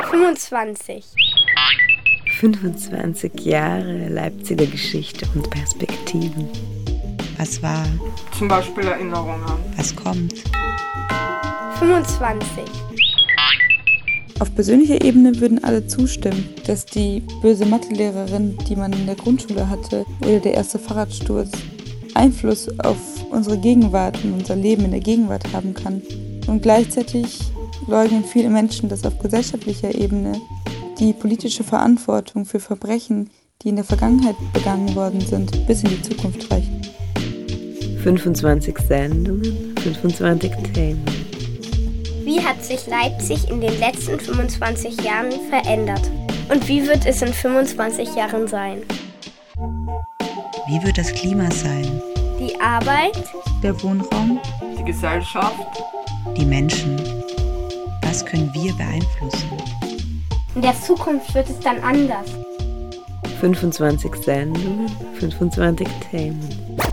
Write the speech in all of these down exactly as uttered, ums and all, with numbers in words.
fünfundzwanzig. fünfundzwanzig Jahre Leipziger Geschichte und Perspektiven. Was war? Zum Beispiel Erinnerungen. Was kommt? fünfundzwanzig. Auf persönlicher Ebene würden alle zustimmen, dass die böse Mathelehrerin, die man in der Grundschule hatte, oder der erste Fahrradsturz Einfluss auf unsere Gegenwart und unser Leben in der Gegenwart haben kann. Und gleichzeitig leugnen viele Menschen, dass auf gesellschaftlicher Ebene die politische Verantwortung für Verbrechen, die in der Vergangenheit begangen worden sind, bis in die Zukunft reicht. fünfundzwanzig Sendungen, fünfundzwanzig Themen. Wie hat sich Leipzig in den letzten fünfundzwanzig Jahren verändert? Und wie wird es in fünfundzwanzig Jahren sein? Wie wird das Klima sein? Die Arbeit, Der Wohnraum, Die Gesellschaft. Die Menschen? Was können wir beeinflussen? in der Zukunft wird es dann anders. fünfundzwanzig Sendungen, fünfundzwanzig Themen.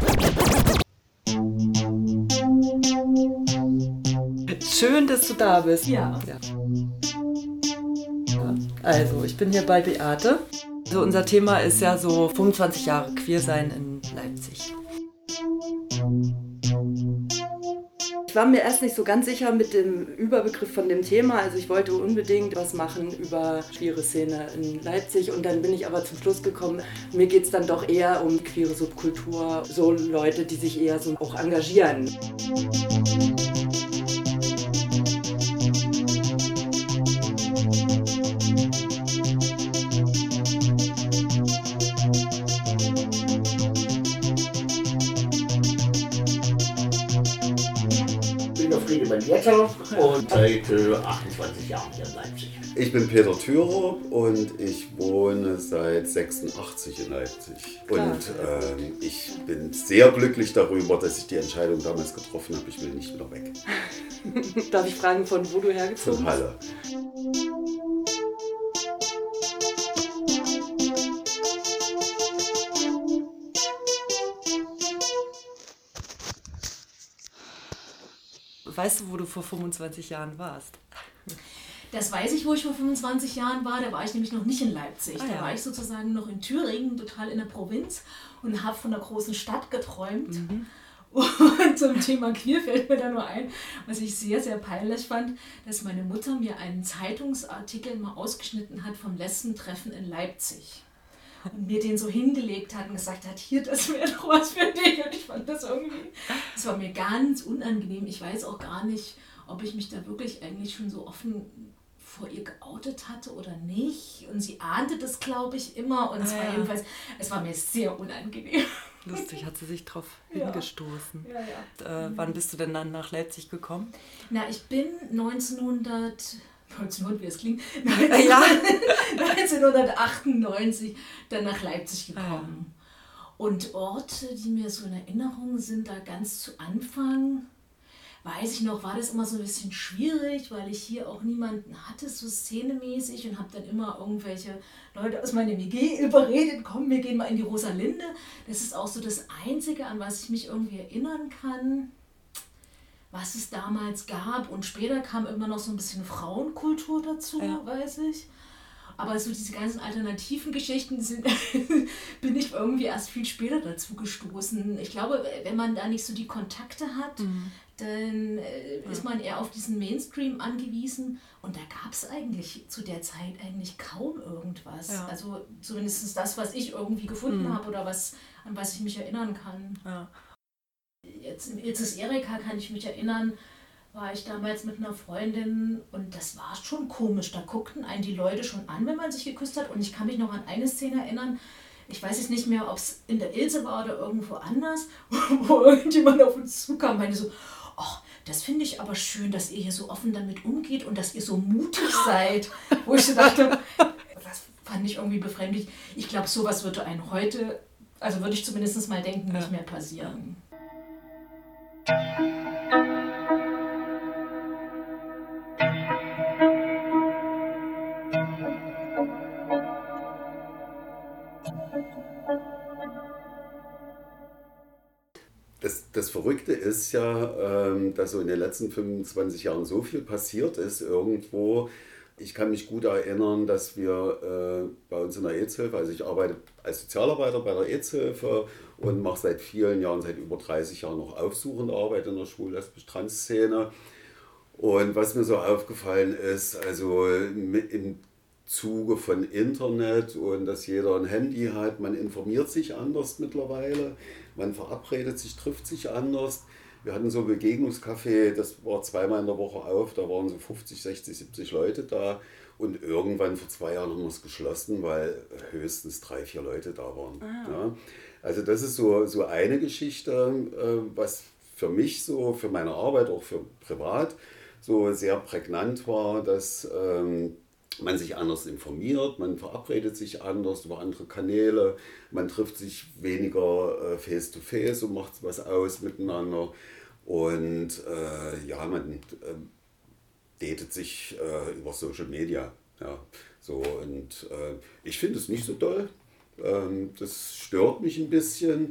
Schön, dass du da bist. Ja. Ja. Also, ich bin hier bei Beate. Also unser Thema ist ja so fünfundzwanzig Jahre Queersein in Leipzig. Ich war mir erst nicht so ganz sicher mit dem Überbegriff von dem Thema. Also ich wollte unbedingt was machen über queere Szene in Leipzig. Und dann bin ich aber zum Schluss gekommen, mir geht es dann doch eher um queere Subkultur. So Leute, die sich eher so auch engagieren. Ich bin Friedemann Jetter und seit äh, achtundzwanzig Jahren hier in Leipzig. Ich bin Peter Thürer und ich wohne seit sechsundachtzig in Leipzig. Und ähm, ich bin sehr glücklich darüber, dass ich die Entscheidung damals getroffen habe, ich will nicht wieder weg. Darf ich fragen, von wo du hergezogen Von bist? Halle. Weißt du, wo du vor fünfundzwanzig Jahren warst? Das weiß ich, wo ich vor fünfundzwanzig Jahren war. Da war ich nämlich noch nicht in Leipzig. Ah, da ja. war ich sozusagen noch in Thüringen, total in der Provinz und habe von einer großen Stadt geträumt. Mhm. Und zum Thema Queer fällt mir da nur ein, was ich sehr, sehr peinlich fand, dass meine Mutter mir einen Zeitungsartikel mal ausgeschnitten hat vom Lesbentreffen in Leipzig. Und mir den so hingelegt hat und gesagt hat, hier, das wäre doch was für dich. Und ich fand das irgendwie, das war mir ganz unangenehm. Ich weiß auch gar nicht, ob ich mich da wirklich eigentlich schon so offen vor ihr geoutet hatte oder nicht. Und sie ahnte das, glaube ich, immer. Und es Ah, war ja. jedenfalls, es war mir sehr unangenehm. Lustig, hat sie sich drauf Ja. hingestoßen. Ja, ja. Äh, wann bist du denn dann nach Leipzig gekommen? Na, ich bin neunzehnhundert, neunzehnhundert, wie es klingt, Ja. neunzehnhundertachtundneunzig dann nach Leipzig gekommen. Ah, Und Orte, die mir so in Erinnerung sind, da ganz zu Anfang, weiß ich noch, war das immer so ein bisschen schwierig, weil ich hier auch niemanden hatte, so szenemäßig, und habe dann immer irgendwelche Leute aus meinem W G überredet, komm, wir gehen mal in die Rosalinde. Das ist auch so das Einzige, an was ich mich irgendwie erinnern kann, was es damals gab. Und später kam immer noch so ein bisschen Frauenkultur dazu, Ja. weiß ich. Aber so diese ganzen alternativen Geschichten sind, bin ich irgendwie erst viel später dazu gestoßen. Ich glaube, wenn man da nicht so die Kontakte hat, Mhm. dann äh, ist man eher auf diesen Mainstream angewiesen. Und da gab es eigentlich zu der Zeit eigentlich kaum irgendwas. Ja. Also zumindest das, was ich irgendwie gefunden Mhm. habe oder was, an was ich mich erinnern kann. Ja. Jetzt im Ilzes Erika kann ich mich erinnern, war ich damals mit einer Freundin und das war schon komisch. Da guckten einen die Leute schon an, wenn man sich geküsst hat. Und ich kann mich noch an eine Szene erinnern, ich weiß jetzt nicht mehr, ob es in der Ilse war oder irgendwo anders, wo irgendjemand auf uns zukam und meinte so, ach, das finde ich aber schön, dass ihr hier so offen damit umgeht und dass ihr so mutig seid. Wo ich so dachte, das fand ich irgendwie befremdlich. Ich glaube, sowas würde einem heute, also würde ich zumindest mal denken, nicht mehr passieren. Das, das Verrückte ist ja, ähm, dass so in den letzten fünfundzwanzig Jahren so viel passiert ist irgendwo, Ich kann mich gut erinnern, dass wir äh, bei uns in der AIDS-Hilfe, also ich arbeite als Sozialarbeiter bei der AIDS-Hilfe und mache seit vielen Jahren, seit über dreißig Jahren noch aufsuchende Arbeit in der schwul-lesbisch-trans-Szene. Und was mir so aufgefallen ist, also im Zuge von Internet und dass jeder ein Handy hat, man informiert sich anders mittlerweile, man verabredet sich, trifft sich anders. Wir hatten so ein Begegnungscafé, das war zweimal in der Woche auf, da waren so fünfzig, sechzig, siebzig Leute da und irgendwann vor zwei Jahren haben wir es geschlossen, weil höchstens drei, vier Leute da waren. Ah. Ja. Also das ist so, so eine Geschichte, was für mich so, für meine Arbeit, auch für privat, so sehr prägnant war, dass ähm, man sich anders informiert, man verabredet sich anders über andere Kanäle, man trifft sich weniger äh, face-to-face und macht was aus miteinander. Und äh, ja, man äh, datet sich äh, über Social Media. Ja, so, und äh, ich finde es nicht so toll. Ähm, das stört mich ein bisschen.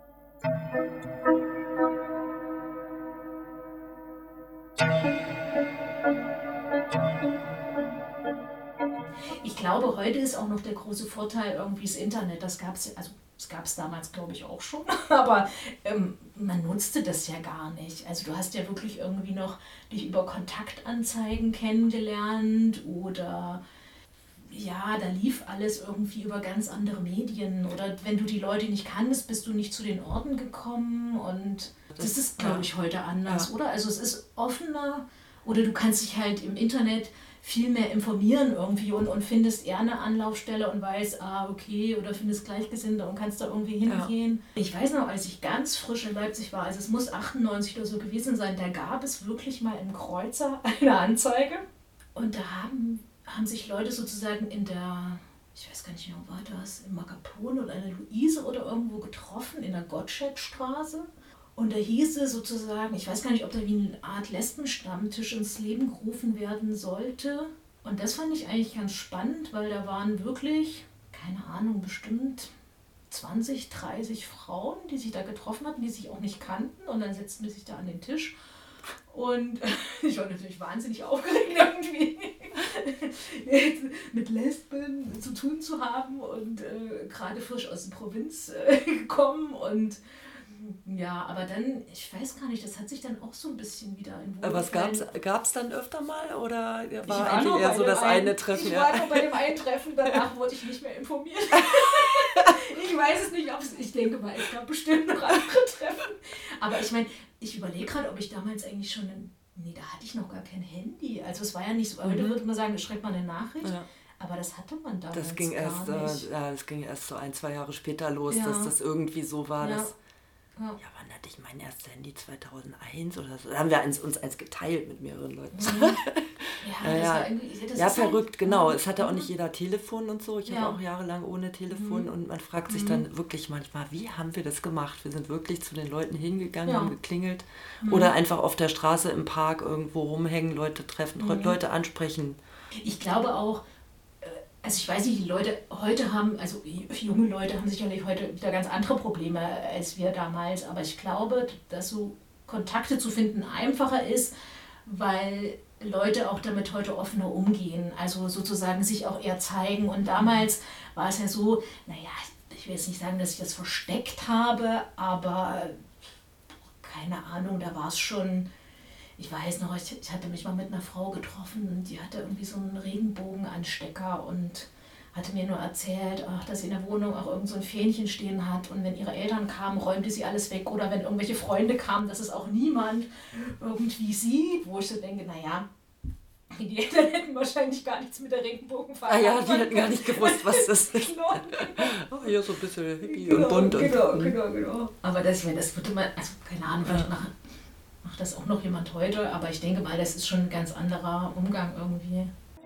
Ich glaube, heute ist auch noch der große Vorteil irgendwie das Internet. Das gab es, also das gab es damals, glaube ich, auch schon. Aber ähm, man nutzte das ja gar nicht. Also du hast ja wirklich irgendwie noch dich über Kontaktanzeigen kennengelernt oder ja, da lief alles irgendwie über ganz andere Medien. Oder wenn du die Leute nicht kanntest, bist du nicht zu den Orten gekommen. Und das ist, glaube ich, heute anders, ja. Oder? Also es ist offener oder du kannst dich halt im Internet viel mehr informieren irgendwie und, und findest eher eine Anlaufstelle und weißt, ah, okay, oder findest Gleichgesinnte und kannst da irgendwie hingehen. Ja. Ich weiß noch, als ich ganz frisch in Leipzig war, also es muss achtundneunzig oder so gewesen sein, da gab es wirklich mal im Kreuzer eine Anzeige und da haben, haben sich Leute sozusagen in der, ich weiß gar nicht mehr, wo war das, in Makapone oder in der Luise oder irgendwo getroffen, in der Gottschedstraße. Und da hieß es sozusagen, ich weiß gar nicht, ob da wie eine Art Lesbenstammtisch ins Leben gerufen werden sollte. Und das fand ich eigentlich ganz spannend, weil da waren wirklich, keine Ahnung, bestimmt zwanzig, dreißig Frauen, die sich da getroffen hatten, die sich auch nicht kannten. Und dann setzten die sich da an den Tisch. Und ich war natürlich wahnsinnig aufgeregt, irgendwie mit Lesben zu tun zu haben und äh, gerade frisch aus der Provinz äh, gekommen und ja, aber dann, ich weiß gar nicht, das hat sich dann auch so ein bisschen wieder in Wohlgefallen. Aber was gab's, gab's dann öfter mal oder war, war eigentlich eher so das eine Treffen? Ich ja. war nur bei dem einen Treffen, danach wurde ich nicht mehr informiert. Ich weiß es nicht, ob es, ich denke mal, es gab bestimmt noch andere Treffen. Aber ich meine, ich überlege gerade, ob ich damals eigentlich schon, ein, nee, da hatte ich noch gar kein Handy. Also es war ja nicht so, heute mhm. würde man sagen, schreibt man eine Nachricht. Ja. Aber das hatte man damals das ging gar erst, nicht. Äh, ja, das ging erst so ein, zwei Jahre später los, ja. dass das irgendwie so war, ja. dass Ja. ja, wann hatte ich mein erstes Handy? zweitausendeins oder so. Da haben wir uns, uns eins geteilt mit mehreren Leuten. Mhm. Ja, ja, das ja. war irgendwie, das ja ist verrückt, halt, genau. ja. Es hatte auch nicht jeder Telefon und so. Ich ja. habe auch jahrelang ohne Telefon mhm. und man fragt sich mhm. dann wirklich manchmal, wie haben wir das gemacht? Wir sind wirklich zu den Leuten hingegangen, ja. haben geklingelt mhm. oder einfach auf der Straße im Park irgendwo rumhängen, Leute treffen, mhm. Leute ansprechen. Ich glaube auch, also ich weiß nicht, die Leute heute haben, also junge Leute haben sicherlich heute wieder ganz andere Probleme als wir damals, aber ich glaube, dass so Kontakte zu finden einfacher ist, weil Leute auch damit heute offener umgehen, also sozusagen sich auch eher zeigen. Und damals war es ja so, naja, ich will jetzt nicht sagen, dass ich das versteckt habe, aber keine Ahnung, da war es schon... Ich weiß noch, ich, ich hatte mich mal mit einer Frau getroffen und die hatte irgendwie so einen Regenbogenanstecker und hatte mir nur erzählt, ach, dass sie in der Wohnung auch irgend so ein Fähnchen stehen hat und wenn ihre Eltern kamen, räumte sie alles weg oder wenn irgendwelche Freunde kamen, dass es auch niemand irgendwie sieht, wo ich so denke, naja, die Eltern hätten wahrscheinlich gar nichts mit der Regenbogenfarbe. Ah ja, die hätten gar nicht gewusst, was das ist. Genau. Oh, hier so ein bisschen hippie genau, und bunt. Genau, und, genau, genau. Aber das, das würde man, also keine Ahnung, vielleicht ja. machen. Macht das auch noch jemand heute, aber ich denke mal, das ist schon ein ganz anderer Umgang irgendwie.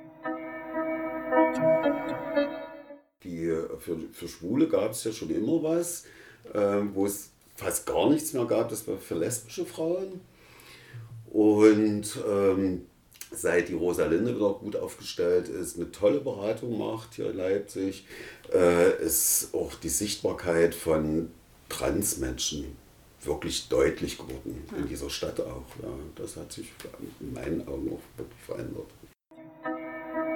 Die, für, für Schwule gab es ja schon immer was, äh, wo es fast gar nichts mehr gab, das war für lesbische Frauen. Und ähm, seit die Rosalinde wieder gut aufgestellt ist, eine tolle Beratung macht hier in Leipzig, äh, ist auch die Sichtbarkeit von Transmenschen wirklich deutlich geworden, in dieser Stadt auch. Ja, das hat sich in meinen Augen auch wirklich verändert.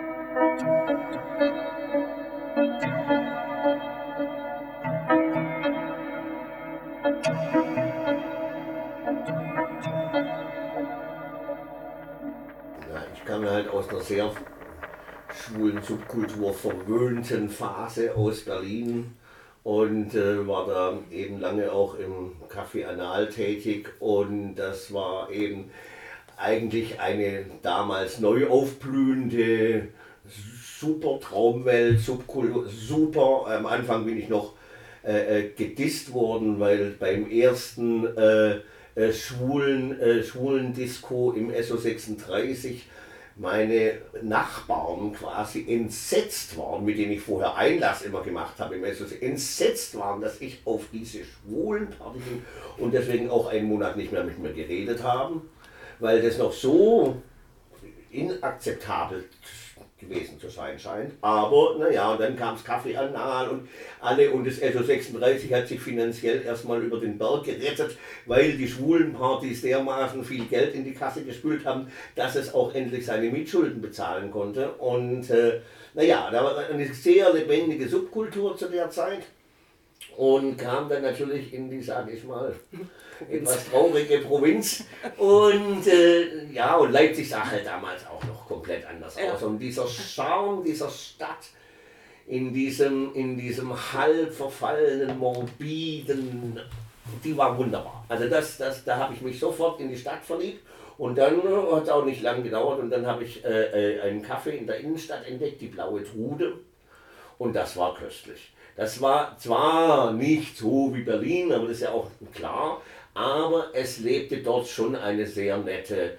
aus einer sehr schwulen Subkultur verwöhnten Phase aus Berlin und äh, war da eben lange auch im Café Anal tätig und das war eben eigentlich eine damals neu aufblühende super Traumwelt, Subkultur, super. Am Anfang bin ich noch äh, gedisst worden, weil beim ersten äh, äh, schwulen, äh, schwulen Disco im S O sechsunddreißig meine Nachbarn quasi entsetzt waren, mit denen ich vorher Einlass immer gemacht habe im S O sechsunddreißig, entsetzt waren, dass ich auf diese schwulen Party bin und deswegen auch einen Monat nicht mehr mit mir geredet haben, weil das noch so inakzeptabel gewesen zu sein scheint. Aber naja, und dann kam das Café Anal und alle und das S O sechsunddreißig hat sich finanziell erstmal über den Berg gerettet, weil die schwulen Partys dermaßen viel Geld in die Kasse gespült haben, dass es auch endlich seine Mietschulden bezahlen konnte. Und äh, naja, da war eine sehr lebendige Subkultur zu der Zeit. Und kam dann natürlich in die, sage ich mal, etwas traurige Provinz. Und äh, ja, und Leipzig sah halt damals auch noch komplett anders ja. aus. Und dieser Charme dieser Stadt, in diesem, in diesem halb verfallenen, morbiden, die war wunderbar. Also das, das, da habe ich mich sofort in die Stadt verliebt. Und dann hat es auch nicht lange gedauert. Und dann habe ich äh, einen Café in der Innenstadt entdeckt, die Blaue Trude. Und das war köstlich. Das war zwar nicht so wie Berlin, aber das ist ja auch klar, aber es lebte dort schon eine sehr nette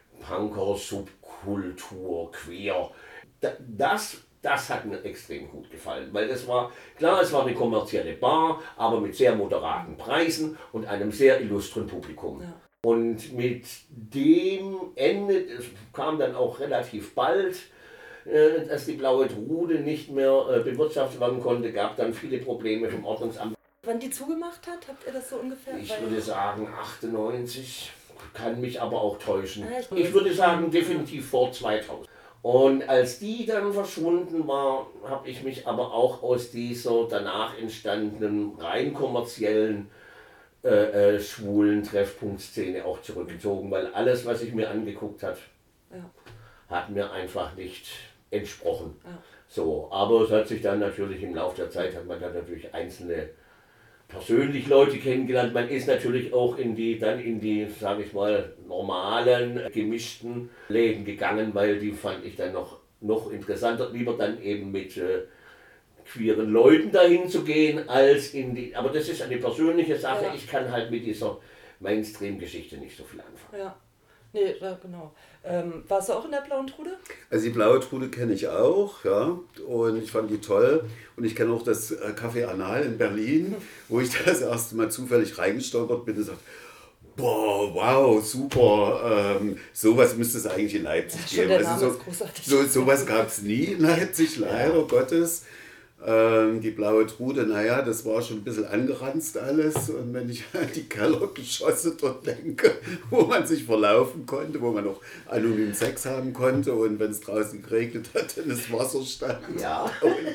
Punker-Subkultur, queer. Das, das hat mir extrem gut gefallen, weil das war, klar, es war eine kommerzielle Bar, aber mit sehr moderaten Preisen und einem sehr illustren Publikum. Ja. Und mit dem Ende, das kam dann auch relativ bald, dass die Blaue Trude nicht mehr äh, bewirtschaftet werden konnte, gab dann viele Probleme vom Ordnungsamt. Wann die zugemacht hat, habt ihr das so ungefähr? Ich würde sagen achtundneunzig, kann mich aber auch täuschen. Ah, ich, ich würde sagen definitiv vor zweitausend. Und als die dann verschwunden war, habe ich mich aber auch aus dieser danach entstandenen rein kommerziellen äh, äh, schwulen Treffpunktszene auch zurückgezogen, weil alles, was ich mir angeguckt habe, ja. hat mir einfach nicht entsprochen. Ja. So, aber es hat sich dann natürlich im Laufe der Zeit, hat man dann natürlich einzelne persönlich Leute kennengelernt. Man ist natürlich auch in die, dann in die, sage ich mal, normalen, gemischten Läden gegangen, weil die fand ich dann noch, noch interessanter, lieber dann eben mit äh, queeren Leuten dahin zu gehen, als in die, aber das ist eine persönliche Sache, ja. Ich kann halt mit dieser Mainstream-Geschichte nicht so viel anfangen. Ja. Nee, ja, genau. Ähm, warst du auch in der Blauen Trude? Also die Blaue Trude kenne ich auch, ja, und ich fand die toll. Und ich kenne auch das Café Anal in Berlin, wo ich das erste Mal zufällig reingestolpert bin und gesagt, boah, wow, super, ähm, sowas müsste es eigentlich in Leipzig ja, geben. Also so, so, sowas gab es nie in Leipzig, leider ja. Gottes. Ähm, die Blaue Trude, naja, das war schon ein bisschen angeranzt alles. Und wenn ich an die Kellergeschosse dort denke, wo man sich verlaufen konnte, wo man auch anonym Sex haben konnte und wenn es draußen geregnet hat, dann das Wasser stand. Ja.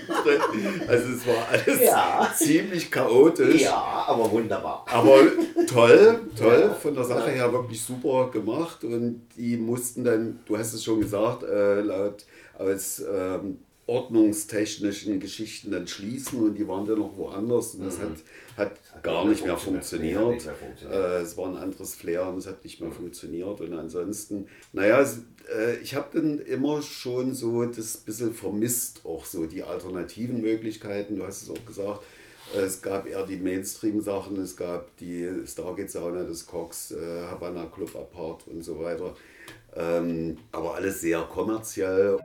Also es war alles ja. ziemlich chaotisch. Ja, aber wunderbar. Aber toll, toll, ja. Von der Sache her wirklich super gemacht. Und die mussten dann, du hast es schon gesagt, äh, laut aus ähm, ordnungstechnischen Geschichten dann schließen und die waren dann noch woanders und das mhm. hat, hat gar nicht mehr funktioniert. Nicht mehr funktioniert. Äh, es war ein anderes Flair und es hat nicht mehr mhm. funktioniert und ansonsten, naja, es, äh, ich habe dann immer schon so das bisschen vermisst, auch so die alternativen Möglichkeiten, du hast es auch gesagt, äh, es gab eher die Mainstream-Sachen, es gab die Stargate Sauna des Cox, äh, Havana Club Apart und so weiter, ähm, aber alles sehr kommerziell.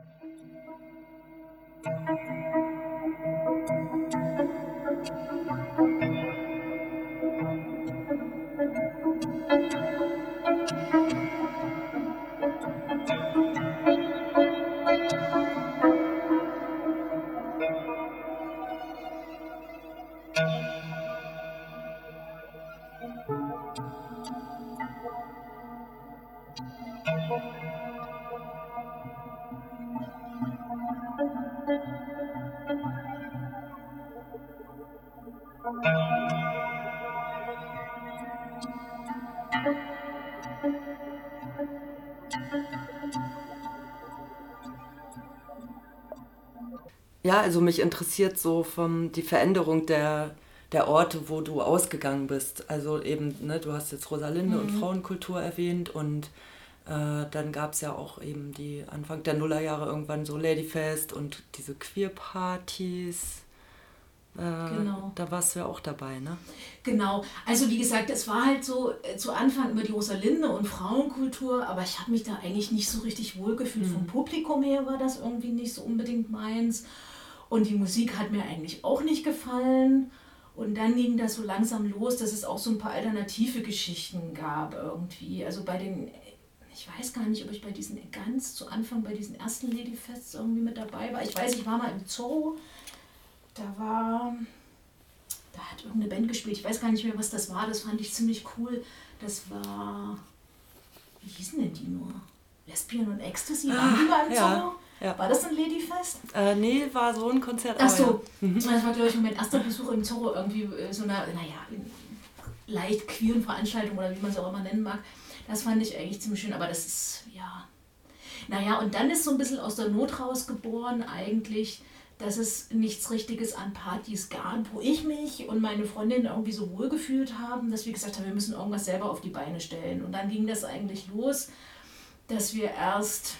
Ja, also mich interessiert so vom, die Veränderung der, der Orte, wo du ausgegangen bist. Also eben, ne, du hast jetzt Rosalinde mhm. und Frauenkultur erwähnt und äh, dann gab es ja auch eben die Anfang der Nullerjahre irgendwann so Ladyfest und diese Queer-Partys. Äh, genau. Da warst du ja auch dabei, ne? Genau. Also wie gesagt, es war halt so äh, zu Anfang immer die Rosalinde und Frauenkultur, aber ich habe mich da eigentlich nicht so richtig wohlgefühlt. Mhm. Vom Publikum her war das irgendwie nicht so unbedingt meins. Und die Musik hat mir eigentlich auch nicht gefallen. Und dann ging das so langsam los, dass es auch so ein paar alternative Geschichten gab irgendwie. Also bei den, ich weiß gar nicht, ob ich bei diesen ganz zu Anfang, bei diesen ersten Ladyfests irgendwie mit dabei war. Ich weiß, ich war mal im Zoo, da war, da hat irgendeine Band gespielt. Ich weiß gar nicht mehr, was das war. Das fand ich ziemlich cool. Das war, wie hießen denn die nur? Lesbian und Ecstasy, waren die mal im ja. Zoo? Ja. War das ein Ladyfest? Äh, nee, war so ein Konzert. Ach so, ja. mhm. das war, glaube ich, mein erster Besuch im Zorro, irgendwie so einer, naja, leicht queeren Veranstaltung oder wie man es auch immer nennen mag. Das fand ich eigentlich ziemlich schön, aber das ist, ja, naja, und dann ist so ein bisschen aus der Not rausgeboren eigentlich, dass es nichts Richtiges an Partys gab, wo ich mich und meine Freundin irgendwie so wohlgefühlt haben, dass wir gesagt haben, wir müssen irgendwas selber auf die Beine stellen. Und dann ging das eigentlich los, dass wir erst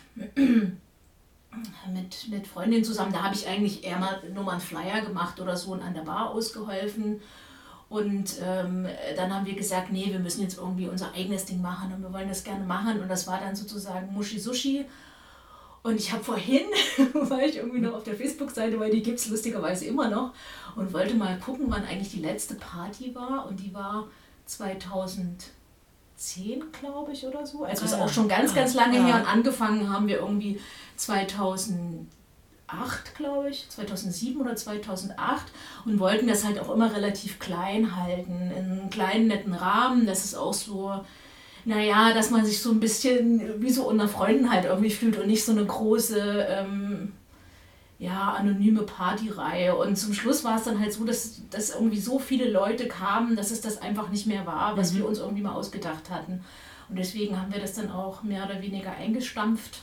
mit, mit Freundinnen zusammen, da habe ich eigentlich eher mal nur mal einen Flyer gemacht oder so und an der Bar ausgeholfen. Und ähm, dann haben wir gesagt, nee, wir müssen jetzt irgendwie unser eigenes Ding machen und wir wollen das gerne machen. Und das war dann sozusagen Muschi Sushi. Und ich habe vorhin, war ich irgendwie noch auf der Facebook-Seite, weil die gibt es lustigerweise immer noch, und wollte mal gucken, wann eigentlich die letzte Party war. Und die war zweitausendzehn, glaube ich, oder so. Also ist auch schon ganz, ganz lange ja. her. Und angefangen haben wir irgendwie zweitausendacht, glaube ich, zweitausendsieben oder zweitausendacht, und wollten das halt auch immer relativ klein halten, in einem kleinen, netten Rahmen. Das ist auch so, naja, dass man sich so ein bisschen wie so unter Freunden halt irgendwie fühlt und nicht so eine große, ähm, ja, anonyme Partyreihe. Und zum Schluss war es dann halt so, dass, dass irgendwie so viele Leute kamen, dass es das einfach nicht mehr war, was mhm. wir uns irgendwie mal ausgedacht hatten. Und deswegen haben wir das dann auch mehr oder weniger eingestampft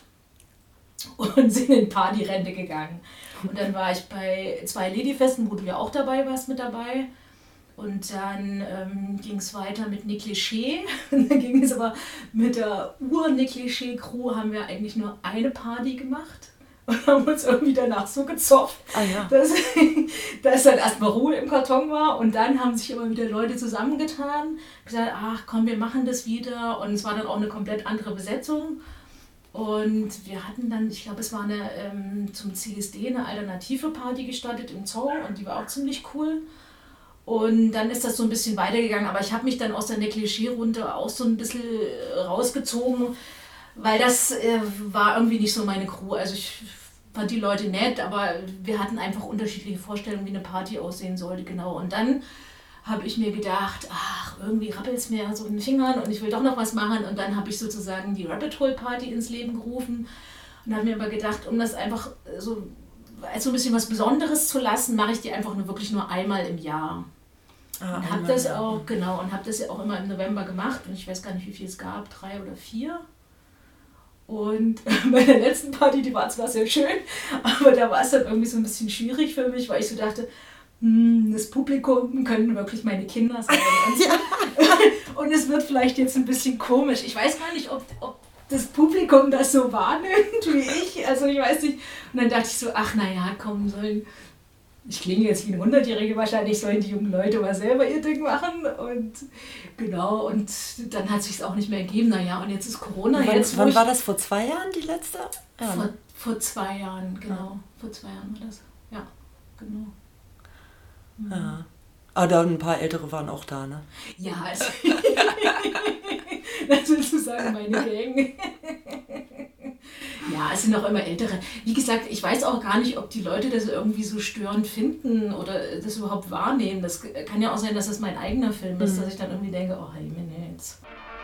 und sind in Partyrente gegangen. Und dann war ich bei zwei Ladyfesten, wo du ja auch dabei warst, mit dabei. Und dann ähm, ging es weiter mit Negligé. Und dann ging es aber mit der Ur-Negligé-Crew, haben wir eigentlich nur eine Party gemacht und haben uns irgendwie danach so gezopft, ah, ja. dass, dass dann erstmal Ruhe im Karton war. Und dann haben sich immer wieder Leute zusammengetan, gesagt, ach komm, wir machen das wieder. Und es war dann auch eine komplett andere Besetzung. Und wir hatten dann, ich glaube, es war eine ähm, zum C S D eine alternative Party gestartet im Zoo und die war auch ziemlich cool. Und dann ist das so ein bisschen weitergegangen, aber ich habe mich dann aus der Negligé-Runde auch so ein bisschen rausgezogen, weil das äh, war irgendwie nicht so meine Crew. Also ich fand die Leute nett, aber wir hatten einfach unterschiedliche Vorstellungen, wie eine Party aussehen sollte, genau. Und dann habe ich mir gedacht, ach, irgendwie rappelt es mir so in den Fingern und ich will doch noch was machen. Und dann habe ich sozusagen die Rabbit Hole Party ins Leben gerufen und habe mir aber gedacht, um das einfach so als so ein bisschen was Besonderes zu lassen, mache ich die einfach nur wirklich nur einmal im Jahr. Ah, und habe das auch, genau, und habe das ja auch immer im November gemacht und ich weiß gar nicht, wie viel es gab, drei oder vier. Und bei der letzten Party, die war zwar sehr schön, aber da war es dann irgendwie so ein bisschen schwierig für mich, weil ich so dachte, hm, das Publikum können wirklich meine Kinder sein. Und, so. Und es wird vielleicht jetzt ein bisschen komisch. Ich weiß gar nicht, ob, ob das Publikum das so wahrnimmt wie ich. Also ich weiß nicht. Und dann dachte ich so, ach naja, komm, sollen, ich klinge jetzt wie eine Hundertjährige wahrscheinlich, sollen die jungen Leute mal selber ihr Ding machen. Und genau, und dann hat es sich auch nicht mehr ergeben. Naja, und jetzt ist Corona. Wann, jetzt, wann war das, vor zwei Jahren die letzte? Ja, vor, ne? vor zwei Jahren, genau. Ja. Vor zwei Jahren war das. Ja, genau. Mhm. Ja. Aber da ein paar Ältere waren auch da, ne? Ja, also das ist sozusagen meine Gang. Ja, es sind auch immer Ältere. Wie gesagt, ich weiß auch gar nicht, ob die Leute das irgendwie so störend finden oder das überhaupt wahrnehmen. Das kann ja auch sein, dass das mein eigener Film ist, mhm. dass ich dann irgendwie denke, oh, hey, mir jetzt.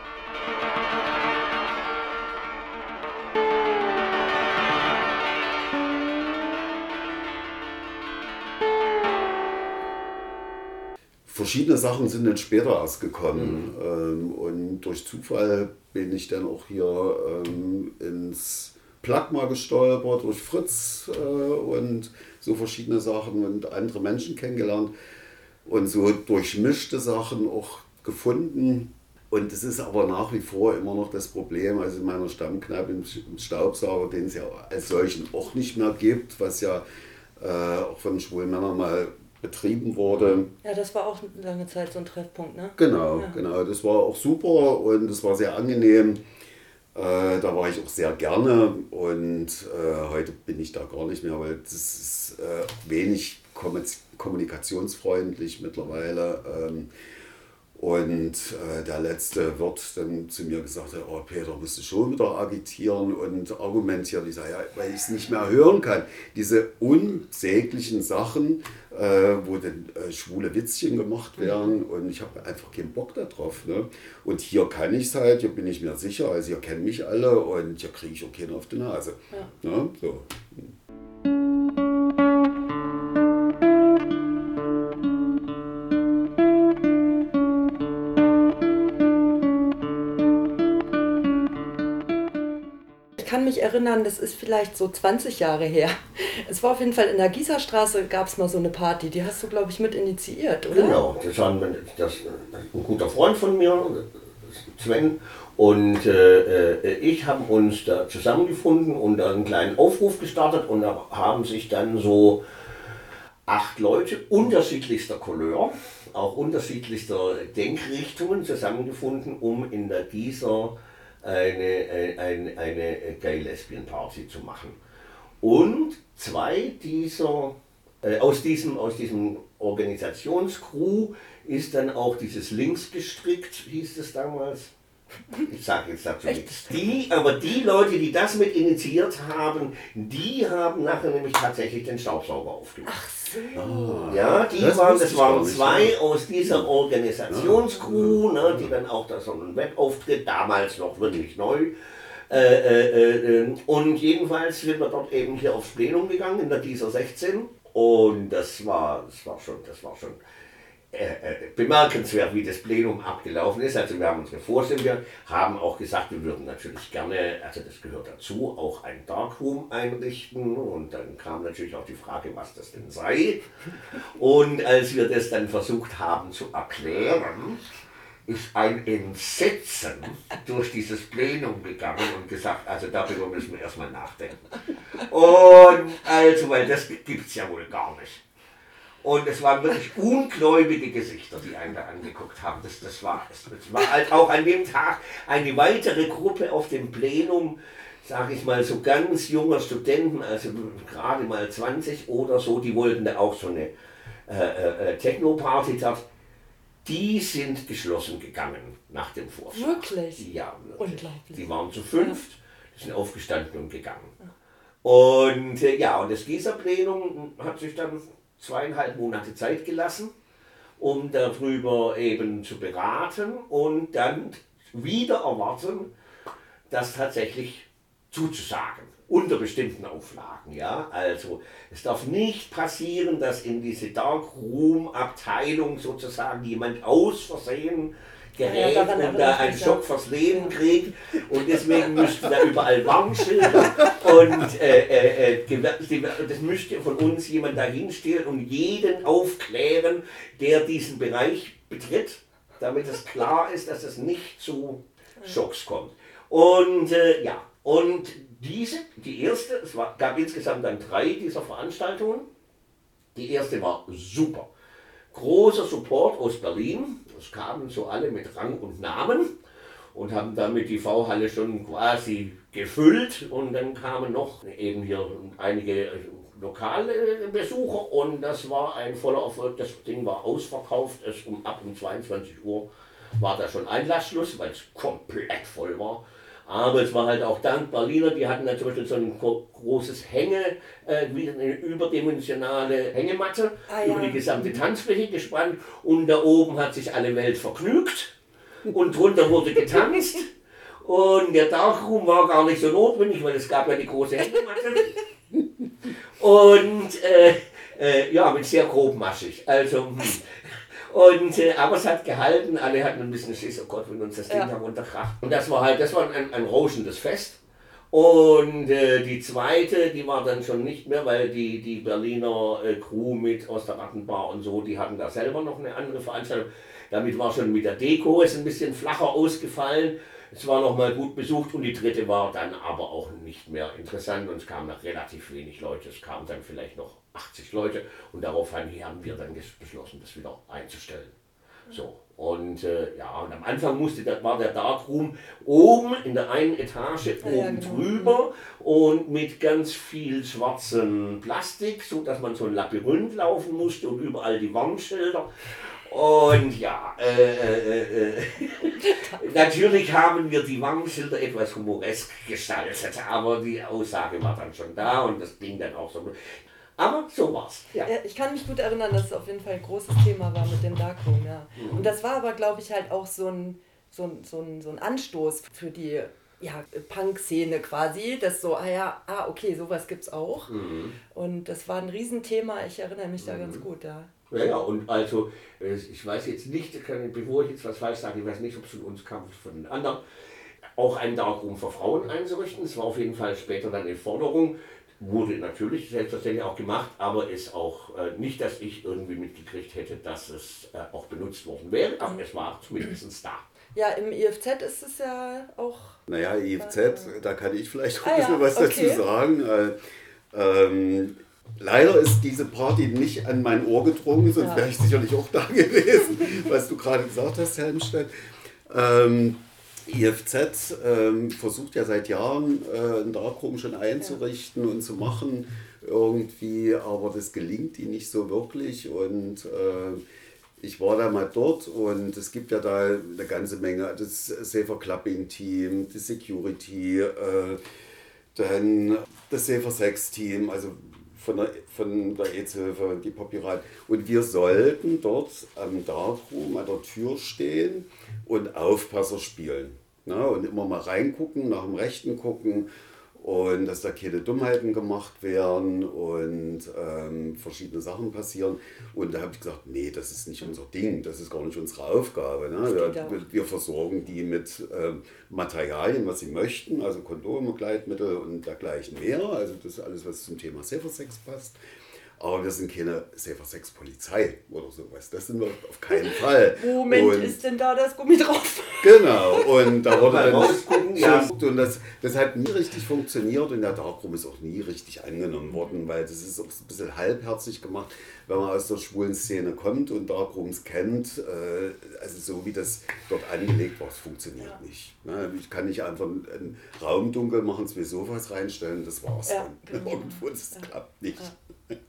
Verschiedene Sachen sind dann später erst gekommen. Mhm. Ähm, und durch Zufall bin ich dann auch hier ähm, ins Plug mal gestolpert, durch Fritz äh, und so verschiedene Sachen und andere Menschen kennengelernt und so durchmischte Sachen auch gefunden. Und es ist aber nach wie vor immer noch das Problem, also in meiner Stammkneipe im Staubsauger, den es ja als solchen auch nicht mehr gibt, was ja äh, auch von schwulen Männern mal betrieben wurde. Ja, das war auch lange Zeit so ein Treffpunkt, ne? Genau, ja. genau. Das war auch super und es war sehr angenehm. Äh, da war ich auch sehr gerne und äh, heute bin ich da gar nicht mehr, weil das ist äh, wenig kommunikationsfreundlich mittlerweile. Ähm, Und äh, der letzte Wirt dann zu mir gesagt hat, oh Peter, musst du schon wieder agitieren und argumentieren. Ich sage, ja, weil ich es nicht mehr hören kann. Diese unsäglichen Sachen, äh, wo dann äh, schwule Witzchen gemacht werden und ich habe einfach keinen Bock darauf. Ne? Und hier kann ich es halt, hier bin ich mir sicher, also hier kennen mich alle und hier kriege ich auch keinen auf die Nase. Ja. Ne? So. Ich kann mich erinnern, das ist vielleicht so zwanzig Jahre her. Es war auf jeden Fall in der Gießerstraße, gab es mal so eine Party, die hast du, glaube ich, mit initiiert, oder? Genau, das war ein, das, ein guter Freund von mir, Sven, und äh, ich haben uns da zusammengefunden und einen kleinen Aufruf gestartet und da haben sich dann so acht Leute unterschiedlichster Couleur, auch unterschiedlichster Denkrichtungen zusammengefunden, um in der Gießer eine, eine, eine Gay-Lesbian-Party zu machen. Und zwei dieser, äh, aus diesem, aus diesem Organisationscrew ist dann auch dieses Links gestrickt, hieß es damals. Ich sage jetzt dazu nichts. Die, aber die Leute, die das mit initiiert haben, die haben nachher nämlich tatsächlich den Staubsauger aufgemacht. Ach so. Oh, ja, die das waren, das waren zwei nicht, aus dieser Organisationscrew, ne, die dann auch da so einen Webauftritt, damals noch wirklich neu. Äh, äh, äh, und jedenfalls sind wir dort eben hier aufs Plenum gegangen, in der Gießer sechzehn. Und das war, das war schon, das war schon Äh, äh, bemerkenswert, wie das Plenum abgelaufen ist. Also wir haben unsere Vorstellung, wir haben auch gesagt, wir würden natürlich gerne, also das gehört dazu, auch ein Darkroom einrichten und dann kam natürlich auch die Frage, was das denn sei. Und als wir das dann versucht haben zu erklären, ist ein Entsetzen durch dieses Plenum gegangen und gesagt, also darüber müssen wir erstmal nachdenken. Und also, weil das gibt es ja wohl gar nicht. Und es waren wirklich ungläubige Gesichter, die einen da angeguckt haben. Das, das war es. Es war halt auch an dem Tag eine weitere Gruppe auf dem Plenum, sage ich mal, so ganz junger Studenten, also gerade mal zwanzig oder so, die wollten da auch so eine äh, äh, Techno-Party haben. Die sind geschlossen gegangen nach dem Vorschlag. Wirklich? Ja, wirklich. Unglaublich. Die waren zu fünft, die sind aufgestanden und gegangen. Und äh, ja, und das Gießer-Plenum hat sich dann zweieinhalb Monate Zeit gelassen, um darüber eben zu beraten und dann wieder erwarten, das tatsächlich zuzusagen, unter bestimmten Auflagen. Ja? Also es darf nicht passieren, dass in diese Darkroom-Abteilung sozusagen jemand aus Versehen gerät ja, ja, und da einen Schock fürs Leben kriegt und deswegen müssten da überall Warnschilder und äh, äh, das müsste von uns jemand da hinstellen und jeden aufklären, der diesen Bereich betritt, damit es klar ist, dass es nicht zu Schocks kommt. Und äh, ja, und diese, die erste, es war, gab insgesamt dann drei dieser Veranstaltungen. Die erste war super. Großer Support aus Berlin. Es kamen so alle mit Rang und Namen und haben damit die V-Halle schon quasi gefüllt. Und dann kamen noch eben hier einige lokale Besucher und das war ein voller Erfolg. Das Ding war ausverkauft. Es um ab um zweiundzwanzig Uhr war da schon Einlassschluss, weil es komplett voll war. Aber es war halt auch dank Berliner, die hatten natürlich so ein großes Hänge, äh, wie eine überdimensionale Hängematte ah, ja. über die gesamte Tanzfläche gespannt und da oben hat sich alle Welt vergnügt und drunter wurde getanzt und der Darkroom war gar nicht so notwendig, weil es gab ja die große Hängematte und äh, äh, ja, mit sehr grobmaschig, also hm. Und, äh, aber es hat gehalten, alle hatten ein bisschen Schiss, oh Gott, wenn uns das Ding ja. herunterkracht. Und das war halt, das war ein, ein rauschendes Fest. Und äh, die zweite, die war dann schon nicht mehr, weil die, die Berliner äh, Crew mit aus der Rattenbar und so, die hatten da selber noch eine andere Veranstaltung. Damit war schon mit der Deko ist ein bisschen flacher ausgefallen. Es war noch mal gut besucht und die dritte war dann aber auch nicht mehr interessant und es kamen noch relativ wenig Leute. Es kamen dann vielleicht noch achtzig Leute und daraufhin haben wir dann beschlossen, das wieder einzustellen. So, und äh, ja, und am Anfang musste, das war der Darkroom oben in der einen Etage oben ja, genau. drüber und mit ganz viel schwarzem Plastik, so dass man so ein Labyrinth laufen musste und überall die Warnschilder. Und ja, äh, äh, äh, natürlich haben wir die Warnschilder etwas humoresk gestaltet, aber die Aussage war dann schon da und das ging dann auch so. Aber so war's. Ja. Ich kann mich gut erinnern, dass es auf jeden Fall ein großes Thema war mit dem Darkroom. Ja. Mhm. Und das war aber, glaube ich, halt auch so ein, so ein, so ein, so ein Anstoß für die ja, Punk-Szene quasi, dass so, ah ja, ah okay, sowas gibt's auch. Mhm. Und das war ein Riesenthema, ich erinnere mich da mhm. ganz gut. Ja. Ja, ja, und also, ich weiß jetzt nicht, bevor ich jetzt was falsch sage, ich weiß nicht, ob es von uns kam, von den anderen, auch einen Darkroom für Frauen einzurichten. Es war auf jeden Fall später dann eine Forderung, wurde natürlich selbstverständlich auch gemacht, aber ist auch äh, nicht, dass ich irgendwie mitgekriegt hätte, dass es äh, auch benutzt worden wäre, aber es war zumindest da. Ja, im I F Z ist es ja auch... Naja, I F Z, äh, da kann ich vielleicht auch ein bisschen ah, ja, was okay. dazu sagen. Äh, ähm, Leider ist diese Party nicht an mein Ohr gedrungen, sonst ja. wäre ich sicherlich auch da gewesen, was du gerade gesagt hast, Helmstedt. Ähm, I F Z ähm, versucht ja seit Jahren äh, einen Darkroom schon einzurichten ja. und zu machen irgendwie, aber das gelingt ihnen nicht so wirklich und äh, ich war da mal dort und es gibt ja da eine ganze Menge, das Safer Clubbing Team, das Security, äh, dann das Safer Sex Team, also von der, von der AIDS-Hilfe, die Popirate. Und wir sollten dort am Darkroom an der Tür stehen und Aufpasser spielen. Na, und immer mal reingucken, nach dem Rechten gucken und dass da keine Dummheiten gemacht werden und ähm, verschiedene Sachen passieren. Und da habe ich gesagt, nee, das ist nicht unser Ding, das ist gar nicht unsere Aufgabe. Ne? Wir, wir versorgen die mit ähm, Materialien, was sie möchten, also Kondome, Gleitmittel und dergleichen mehr. Also das ist alles, was zum Thema Safer Sex passt. Aber wir sind keine Safer Sex Polizei oder sowas. Das sind wir auf keinen Fall. Moment, und ist denn da das Gummi drauf? Genau, und da wurde dann rausgucken, ja. Und das, das hat nie richtig funktioniert und der Darkroom ist auch nie richtig angenommen worden, weil das ist auch ein bisschen halbherzig gemacht, wenn man aus der schwulen Szene kommt und Darkrooms kennt. Äh, also so wie das dort angelegt war, es funktioniert ja. nicht. Ne? Ich kann nicht einfach einen Raum dunkel machen, zwei Sofas reinstellen, das war's ja, dann. Genau. Irgendwo, das ja. klappt nicht. Ja.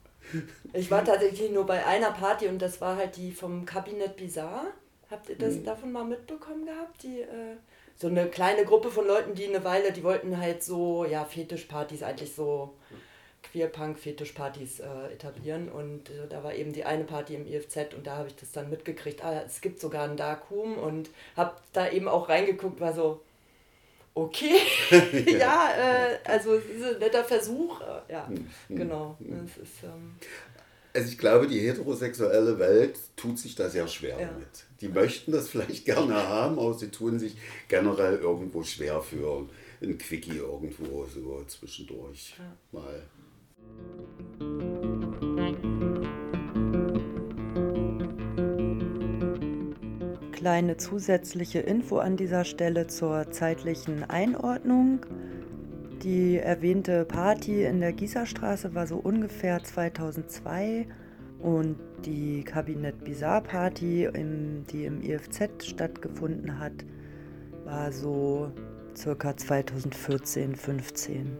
Ich war tatsächlich nur bei einer Party und das war halt die vom Kabinett Bizarre. Habt ihr das mhm. davon mal mitbekommen gehabt? Die, äh, so eine kleine Gruppe von Leuten, die eine Weile, die wollten halt so, ja, Fetischpartys, eigentlich so Queer-Punk-Fetischpartys äh, etablieren und äh, da war eben die eine Party im I F Z und da habe ich das dann mitgekriegt, ah, es gibt sogar einen Darkroom und hab da eben auch reingeguckt, war so, okay, ja, ja äh, also es ist ein netter Versuch, äh, ja, mhm. genau. Das ist, ähm also ich glaube, die heterosexuelle Welt tut sich da sehr schwer ja. damit. Die möchten das vielleicht gerne haben, aber sie tun sich generell irgendwo schwer für ein Quickie irgendwo so zwischendurch ja. mal. Kleine zusätzliche Info an dieser Stelle zur zeitlichen Einordnung. Die erwähnte Party in der Gießerstraße war so ungefähr zweitausendzwei und die Kabinett Bizarre Party, im, die im I F Z stattgefunden hat, war so circa zweitausendvierzehn, fünfzehn.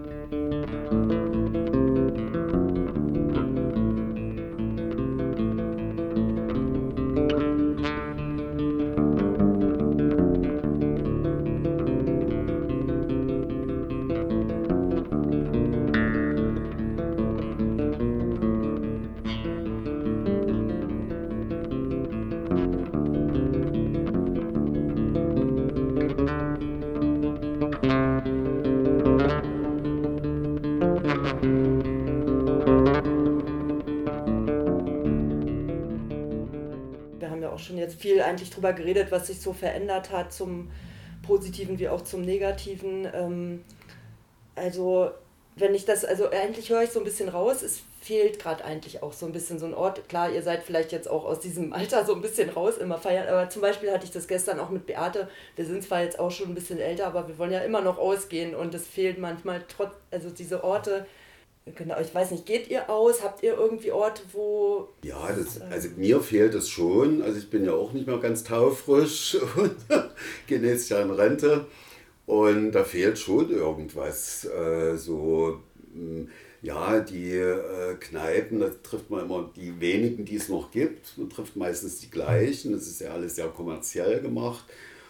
viel eigentlich drüber geredet, was sich so verändert hat, zum Positiven wie auch zum Negativen. Ähm, Also wenn ich das, also eigentlich höre ich so ein bisschen raus, es fehlt gerade eigentlich auch so ein bisschen so ein Ort. Klar, ihr seid vielleicht jetzt auch aus diesem Alter so ein bisschen raus, immer feiern, aber zum Beispiel hatte ich das gestern auch mit Beate, wir sind zwar jetzt auch schon ein bisschen älter, aber wir wollen ja immer noch ausgehen und es fehlt manchmal trotz, also diese Orte. Genau, ich weiß nicht, geht ihr aus? Habt ihr irgendwie Orte, wo... Ja, das, also mir fehlt es schon. Also ich bin ja auch nicht mehr ganz taufrisch und gehe nächstes Jahr in Rente. Und da fehlt schon irgendwas. Äh, so, mh, ja, die äh, Kneipen, da trifft man immer die wenigen, die es noch gibt. Man trifft meistens die gleichen. Das ist ja alles sehr kommerziell gemacht.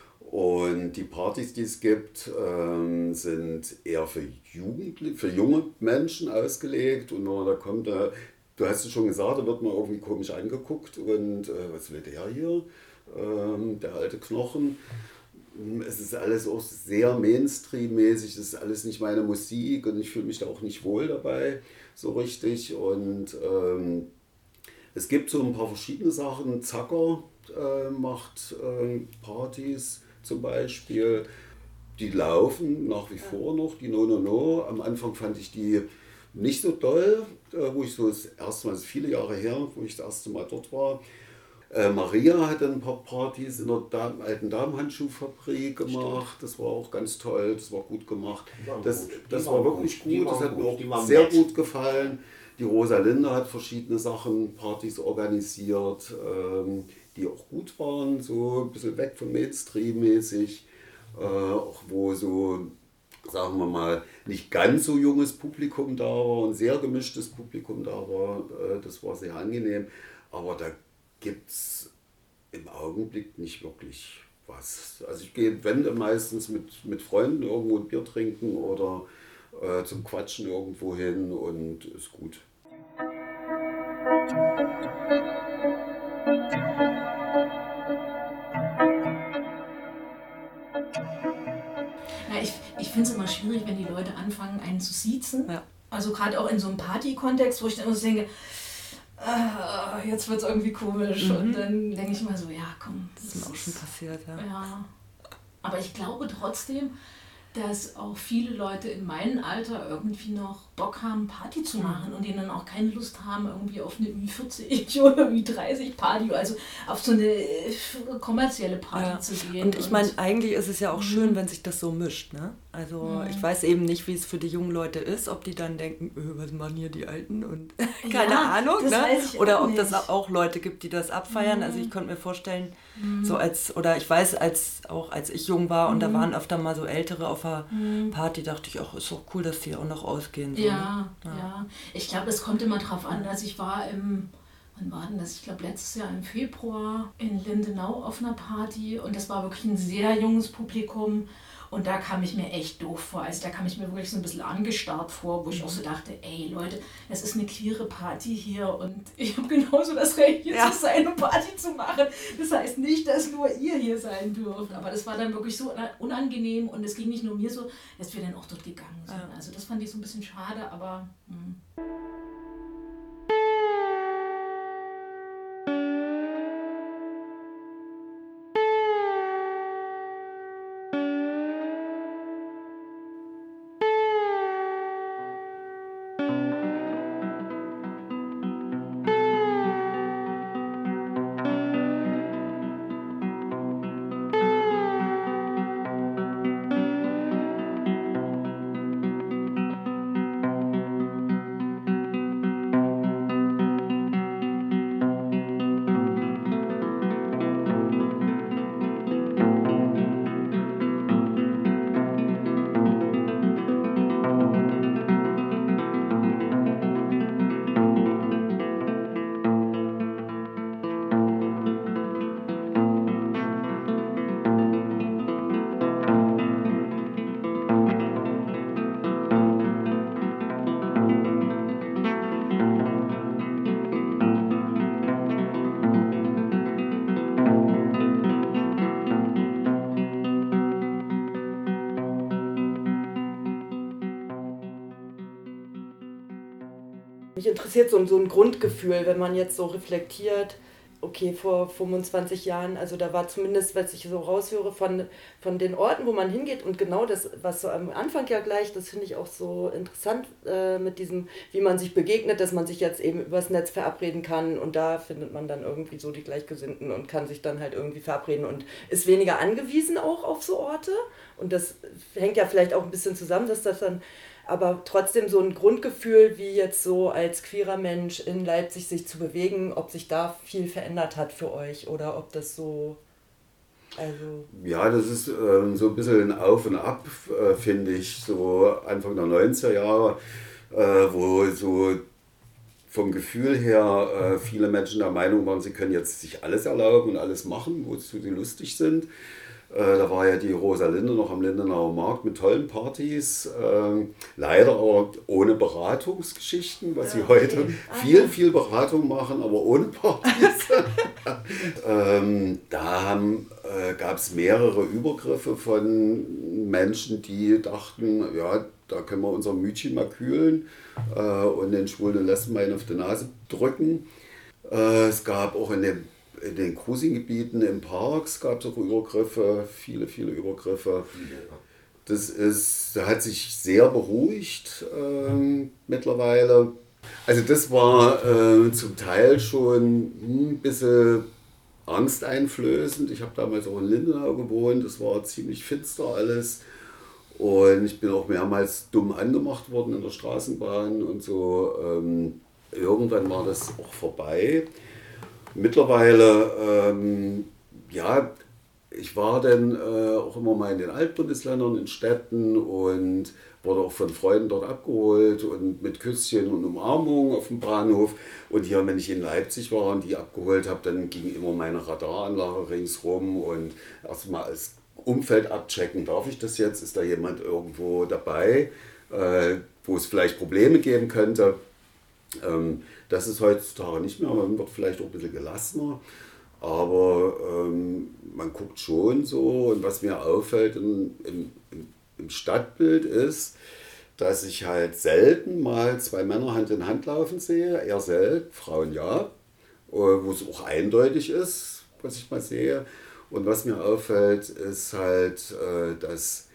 Und die Partys, die es gibt, ähm, sind eher für Jugendliche, für junge Menschen ausgelegt. Und wenn man da kommt, da, du hast es schon gesagt, da wird man irgendwie komisch angeguckt. Und äh, was will der hier? Ähm, der alte Knochen. Es ist alles auch sehr Mainstream-mäßig, es ist alles nicht meine Musik und ich fühle mich da auch nicht wohl dabei, so richtig. Und ähm, es gibt so ein paar verschiedene Sachen. Zacker äh, macht äh, Partys zum Beispiel. Die laufen nach wie vor noch, die No No No. Am Anfang fand ich die nicht so doll, äh, wo ich so das erste Mal, das ist viele Jahre her, wo ich das erste Mal dort war. Äh, Maria hat ein paar Partys in der Dam- alten Damenhandschuhfabrik gemacht. Das war auch ganz toll, das war gut gemacht. Das, das war wirklich gut, das hat mir auch sehr gut gefallen. Die Rosalinde hat verschiedene Sachen, Partys organisiert, ähm, die auch gut waren, so ein bisschen weg von Mainstream-mäßig, äh, auch wo so, sagen wir mal, nicht ganz so junges Publikum da war, ein sehr gemischtes Publikum da war. Äh, das war sehr angenehm, aber da gibt es im Augenblick nicht wirklich was. Also ich gehe, wenn dann meistens mit, mit Freunden irgendwo ein Bier trinken oder äh, zum Quatschen irgendwo hin und ist gut. Ja, ich ich finde es immer schwierig, wenn die Leute anfangen, einen zu siezen. Ja. Also gerade auch in so einem Party-Kontext, wo ich dann immer so denke, ah, jetzt wird es irgendwie komisch. Mhm. Und dann denke ich mal so, ja komm. Das ist mir auch schon passiert, ja. Ja. Aber ich glaube trotzdem, dass auch viele Leute in meinem Alter irgendwie noch Bock haben, Party zu machen und denen dann auch keine Lust haben, irgendwie auf eine Ü vierzig oder Ü dreißig Party, also auf so eine kommerzielle Party Ja. zu gehen. Und ich meine, eigentlich ist es ja auch schön, wenn sich das so mischt, ne? Also Mhm. ich weiß eben nicht, wie es für die jungen Leute ist, ob die dann denken, öh, was machen hier die Alten und keine Ja, Ahnung, das ne? weiß ich Oder auch ob das nicht. auch Leute gibt, die das abfeiern. Mhm. Also ich konnte mir vorstellen, Mhm. so als, oder ich weiß, als auch als ich jung war und da Mhm. waren öfter mal so Ältere auf einer Mhm. Party, dachte ich, ach, ist doch cool, dass die auch noch ausgehen. So, Ja, ne? ja. Ich glaube, es kommt immer drauf an, dass ich war im, wann war denn das? Ich glaube, letztes Jahr im Februar in Lindenau auf einer Party und das war wirklich ein sehr junges Publikum und da kam ich mir echt doof vor. Also da kam ich mir wirklich so ein bisschen angestarrt vor, wo ich auch so dachte, ey Leute, es ist eine queere Party hier und ich habe genauso das Recht, hier Ja. zu sein und Party zu machen. Das heißt nicht, dass nur ihr hier sein dürft, aber das war dann wirklich so unangenehm und es ging nicht nur mir so, dass wir dann auch dort gegangen sind. Ja. Also das fand ich so ein bisschen schade, aber... Hm. Mich interessiert so, so ein Grundgefühl, wenn man jetzt so reflektiert, okay, vor fünfundzwanzig Jahren, also da war zumindest, was ich so raushöre, von, von den Orten, wo man hingeht und genau das, was so am Anfang ja gleich, das finde ich auch so interessant äh, mit diesem, wie man sich begegnet, dass man sich jetzt eben übers Netz verabreden kann und da findet man dann irgendwie so die Gleichgesinnten und kann sich dann halt irgendwie verabreden und ist weniger angewiesen auch auf so Orte und das hängt ja vielleicht auch ein bisschen zusammen, dass das dann aber trotzdem so ein Grundgefühl, wie jetzt so als queerer Mensch in Leipzig sich zu bewegen, ob sich da viel verändert hat für euch oder ob das so, also... Ja, das ist äh, so ein bisschen ein Auf und Ab, äh, finde ich, so Anfang der neunziger Jahre, äh, wo so vom Gefühl her äh, viele Menschen der Meinung waren, sie können jetzt sich alles erlauben und alles machen, wozu sie lustig sind. Da war ja die Rosalinde noch am Lindenauer Markt mit tollen Partys, äh, leider aber ohne Beratungsgeschichten, was ja, sie heute okay. viel, viel Beratung machen, aber ohne Partys. ähm, da äh, gab es mehrere Übergriffe von Menschen, die dachten, ja, da können wir unser Mütchen mal kühlen äh, und den Schwulen und Lesben einen auf die Nase drücken. Äh, es gab auch in dem In den Cruising-Gebieten, im Parks gab es auch Übergriffe, viele, viele Übergriffe. Das ist, da hat sich sehr beruhigt ähm, mittlerweile. Also das war äh, zum Teil schon ein bisschen angsteinflößend. Ich habe damals auch in Lindenau gewohnt, das war ziemlich finster alles. Und ich bin auch mehrmals dumm angemacht worden in der Straßenbahn und so. Ähm, irgendwann war das auch vorbei. Mittlerweile, ähm, ja, ich war dann äh, auch immer mal in den Altbundesländern, in Städten und wurde auch von Freunden dort abgeholt und mit Küsschen und Umarmung auf dem Bahnhof. Und hier, wenn ich in Leipzig war und die abgeholt habe, dann ging immer meine Radaranlage ringsrum und erstmal als Umfeld abchecken, darf ich das jetzt, ist da jemand irgendwo dabei, äh, wo es vielleicht Probleme geben könnte. Ähm, das ist heutzutage nicht mehr, man wird vielleicht auch ein bisschen gelassener, aber ähm, man guckt schon so und was mir auffällt im, im, im Stadtbild ist, dass ich halt selten mal zwei Männer Hand in Hand laufen sehe, eher selten, Frauen ja, wo es auch eindeutig ist, was ich mal sehe. Und was mir auffällt, ist halt, äh, dass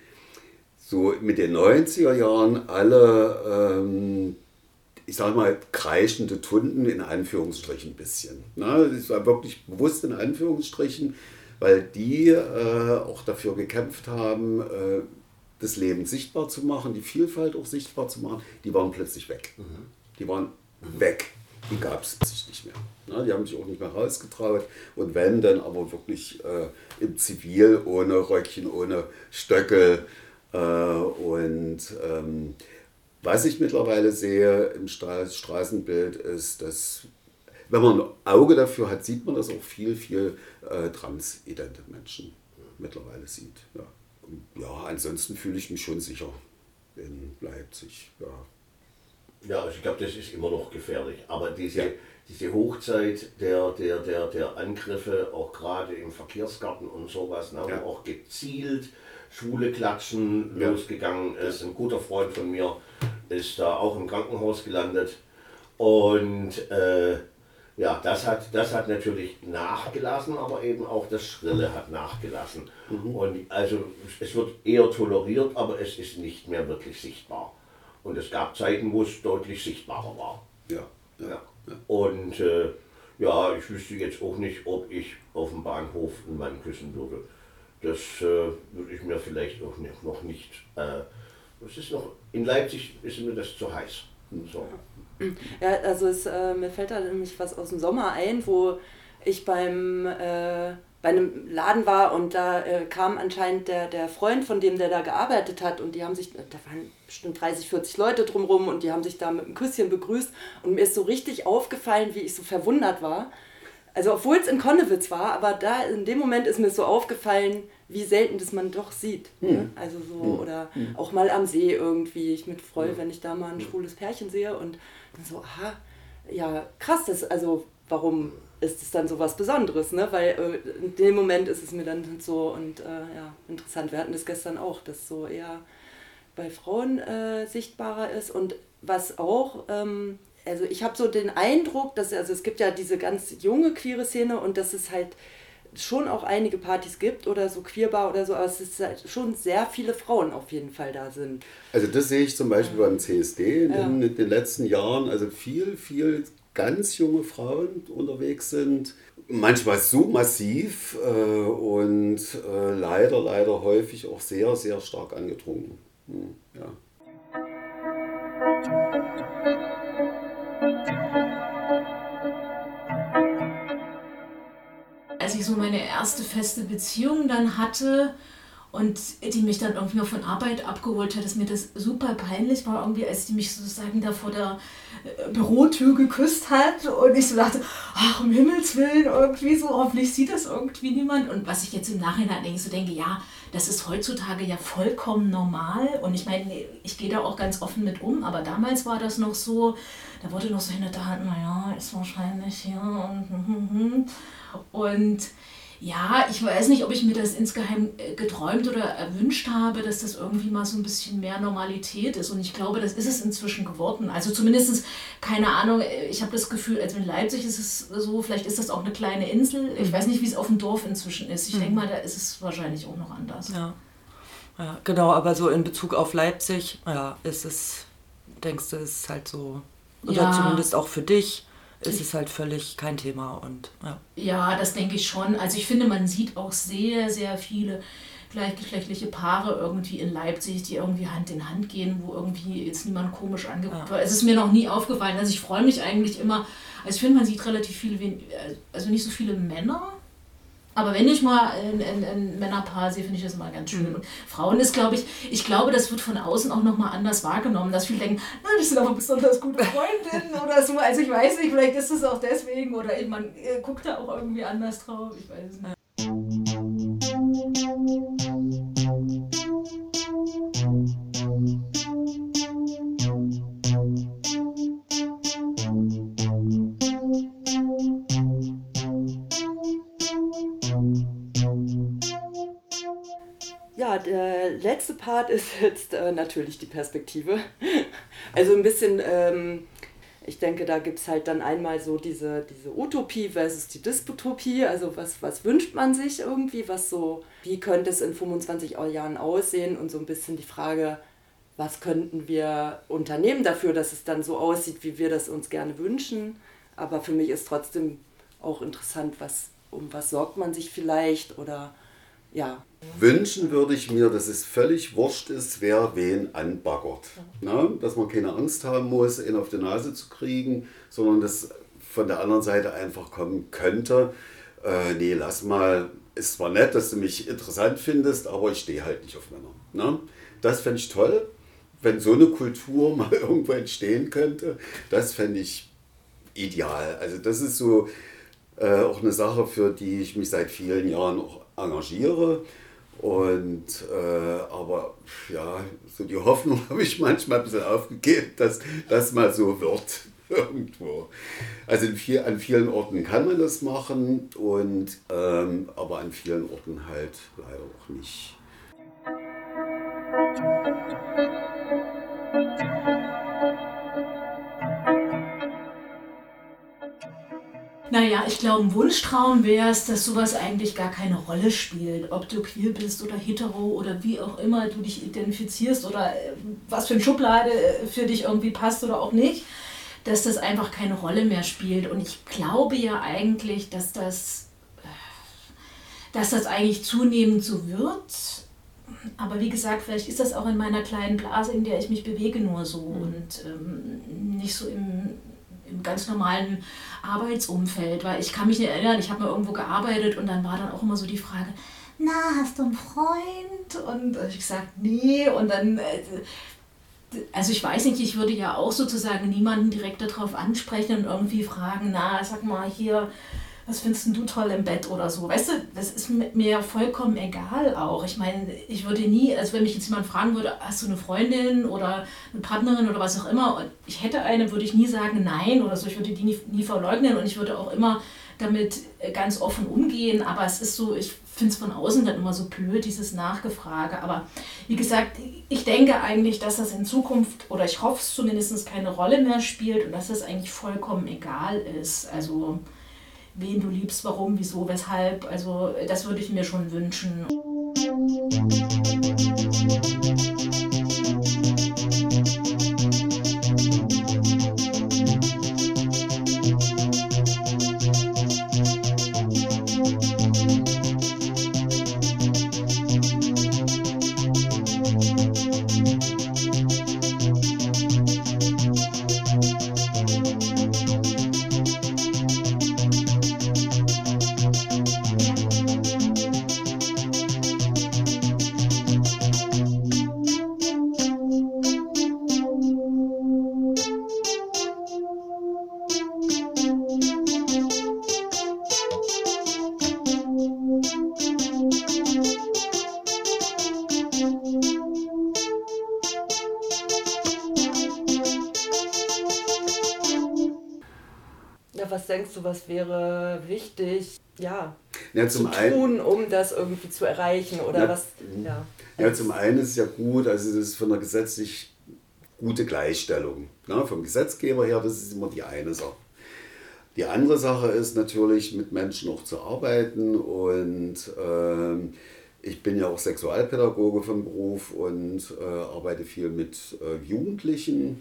so mit den neunziger Jahren alle ähm, ich sage mal, kreischende Tunden in Anführungsstrichen ein bisschen. Ne? Das war wirklich bewusst in Anführungsstrichen, weil die äh, auch dafür gekämpft haben, äh, das Leben sichtbar zu machen, die Vielfalt auch sichtbar zu machen. Die waren plötzlich weg. Mhm. Die waren mhm. weg. Die gab es nicht mehr. Ne? Die haben sich auch nicht mehr rausgetraut. Und wenn, dann aber wirklich äh, im Zivil, ohne Röckchen, ohne Stöckel äh, und ähm, was ich mittlerweile sehe im Straßenbild ist, dass, wenn man ein Auge dafür hat, sieht man, dass auch viel, viel äh, transidente Menschen mittlerweile sieht. Ja. Und ja, ansonsten fühle ich mich schon sicher in Leipzig. Ja, ja also ich glaube, das ist immer noch gefährlich. Aber diese, ja. diese Hochzeit der, der, der, der Angriffe, auch gerade im Verkehrsgarten und sowas, ne, ja. wo auch gezielt schwule Klatschen ja. losgegangen ist. Ein guter Freund von mir ist da auch im Krankenhaus gelandet und äh, ja, das hat, das hat natürlich nachgelassen, aber eben auch das Schrille hat nachgelassen. Mhm. Und also es wird eher toleriert, aber es ist nicht mehr wirklich sichtbar. Und es gab Zeiten, wo es deutlich sichtbarer war. Ja. ja, ja. ja. Und äh, ja, ich wüsste jetzt auch nicht, ob ich auf dem Bahnhof einen Mann küssen würde. Das äh, würde ich mir vielleicht auch nicht, noch nicht. Äh, das ist noch, in Leipzig ist mir das zu heiß. So. Ja, also es, äh, mir fällt da nämlich was aus dem Sommer ein, wo ich beim, äh, bei einem Laden war und da äh, kam anscheinend der, der Freund von dem, der da gearbeitet hat und die haben sich, da waren bestimmt dreißig, vierzig Leute drumherum und die haben sich da mit einem Küsschen begrüßt und mir ist so richtig aufgefallen, wie ich so verwundert war. Also obwohl es in Konnewitz war, aber da in dem Moment ist mir so aufgefallen, wie selten das man doch sieht. Hm. Ne? Also so, hm. oder hm. auch mal am See irgendwie. Ich mit freue, hm. wenn ich da mal ein schwules Pärchen sehe und dann so, aha, ja krass, das, also warum ist es dann so was Besonderes, ne? Weil äh, in dem Moment ist es mir dann so und äh, ja, interessant. Wir hatten das gestern auch, dass so eher bei Frauen äh, sichtbarer ist und was auch ähm, also ich habe so den Eindruck, dass also es gibt ja diese ganz junge queere Szene und dass es halt schon auch einige Partys gibt oder so Queerbar oder so, aber es ist halt schon sehr viele Frauen auf jeden Fall da sind. Also das sehe ich zum Beispiel beim C S D in, ja. den, in den letzten Jahren, also viel, viel ganz junge Frauen unterwegs sind, manchmal so massiv äh, und äh, leider, leider häufig auch sehr, sehr stark angetrunken. Hm, ja. Als ich so meine erste feste Beziehung dann hatte und die mich dann irgendwie auch von Arbeit abgeholt hat, dass mir das super peinlich war, irgendwie, als die mich sozusagen da vor der Bürotür geküsst hat und ich so dachte, ach, um Himmels Willen, irgendwie so, hoffentlich sieht das irgendwie niemand. Und was ich jetzt im Nachhinein denke, so denke, ja, das ist heutzutage ja vollkommen normal und ich meine, ich gehe da auch ganz offen mit um, aber damals war das noch so, da wurde noch so hinter der Hand, naja, ist wahrscheinlich ja und und ja, ich weiß nicht, ob ich mir das insgeheim geträumt oder erwünscht habe, dass das irgendwie mal so ein bisschen mehr Normalität ist. Und ich glaube, das ist es inzwischen geworden. Also zumindest, keine Ahnung, ich habe das Gefühl, also in Leipzig ist es so, vielleicht ist das auch eine kleine Insel. Ich weiß nicht, wie es auf dem Dorf inzwischen ist. Ich mhm. denke mal, da ist es wahrscheinlich auch noch anders. Ja. Ja, genau, aber so in Bezug auf Leipzig, ja, ist es, denkst du, ist halt so, oder ja. zumindest auch für dich, ist es halt völlig kein Thema. Und ja. Ja, das denke ich schon. Also ich finde, man sieht auch sehr, sehr viele gleichgeschlechtliche Paare irgendwie in Leipzig, die irgendwie Hand in Hand gehen, wo irgendwie jetzt niemand komisch angeguckt wird. Ja. Es ist mir noch nie aufgefallen. Also ich freue mich eigentlich immer, also ich finde, man sieht relativ viele, also nicht so viele Männer, aber wenn ich mal ein, ein, ein Männerpaar sehe, finde ich das immer ganz schön. Mhm. Und Frauen ist, glaube ich, ich glaube, das wird von außen auch nochmal anders wahrgenommen, dass viele denken, na, das sind aber besonders gute Freundinnen oder so. Also ich weiß nicht, vielleicht ist es auch deswegen oder man äh, guckt da auch irgendwie anders drauf. Ich weiß es nicht. Ja, der letzte Part ist jetzt äh, natürlich die Perspektive. Also ein bisschen, ähm, ich denke, da gibt es halt dann einmal so diese, diese Utopie versus die Dystopie. Also was, was wünscht man sich irgendwie, was so, wie könnte es in fünfundzwanzig Jahren aussehen und so ein bisschen die Frage, was könnten wir unternehmen dafür, dass es dann so aussieht, wie wir das uns gerne wünschen. Aber für mich ist trotzdem auch interessant, was, um was sorgt man sich vielleicht oder ja. Wünschen würde ich mir, dass es völlig wurscht ist, wer wen anbaggert. Ja. Dass man keine Angst haben muss, ihn auf die Nase zu kriegen, sondern dass von der anderen Seite einfach kommen könnte, äh, nee, lass mal, ist zwar nett, dass du mich interessant findest, aber ich stehe halt nicht auf Männer. Ne? Das fände ich toll, wenn so eine Kultur mal irgendwo entstehen könnte. Das fände ich ideal. Also das ist so äh, auch eine Sache, für die ich mich seit vielen Jahren auch engagiere. Und äh, aber ja, so die Hoffnung habe ich manchmal ein bisschen aufgegeben, dass das mal so wird irgendwo. Also in viel, an vielen Orten kann man das machen, und, ähm, aber an vielen Orten halt leider auch nicht. Naja, ich glaube, ein Wunschtraum wäre es, dass sowas eigentlich gar keine Rolle spielt. Ob du queer bist oder hetero oder wie auch immer du dich identifizierst oder was für eine Schublade für dich irgendwie passt oder auch nicht, dass das einfach keine Rolle mehr spielt. Und ich glaube ja eigentlich, dass das, dass das eigentlich zunehmend so wird. Aber wie gesagt, vielleicht ist das auch in meiner kleinen Blase, in der ich mich bewege, nur so und ähm, nicht so im... im ganz normalen Arbeitsumfeld, weil ich kann mich nicht erinnern, ich habe mal irgendwo gearbeitet und dann war dann auch immer so die Frage, na, hast du einen Freund? Und da habe ich gesagt, nee, und dann, also ich weiß nicht, ich würde ja auch sozusagen niemanden direkt darauf ansprechen und irgendwie fragen, na, sag mal hier, was findest denn du toll im Bett oder so? Weißt du, das ist mir vollkommen egal auch. Ich meine, ich würde nie, also wenn mich jetzt jemand fragen würde, hast du eine Freundin oder eine Partnerin oder was auch immer, und ich hätte eine, würde ich nie sagen nein oder so. Ich würde die nie, nie verleugnen und ich würde auch immer damit ganz offen umgehen. Aber es ist so, ich finde es von außen dann immer so blöd, dieses Nachgefrage. Aber wie gesagt, ich denke eigentlich, dass das in Zukunft, oder ich hoffe es zumindest, keine Rolle mehr spielt und dass das eigentlich vollkommen egal ist. Also wen du liebst, warum, wieso, weshalb. Also das würde ich mir schon wünschen. Was denkst du, was wäre wichtig, ja, ja zum zu tun, um das irgendwie zu erreichen? Oder ja, was? Ja. ja, zum einen ist es ja gut, also das ist von der gesetzlich gute Gleichstellung. Ne? Vom Gesetzgeber her, das ist immer die eine Sache. Die andere Sache ist natürlich, mit Menschen auch zu arbeiten. Und ähm, ich bin ja auch Sexualpädagoge vom Beruf und äh, arbeite viel mit äh, Jugendlichen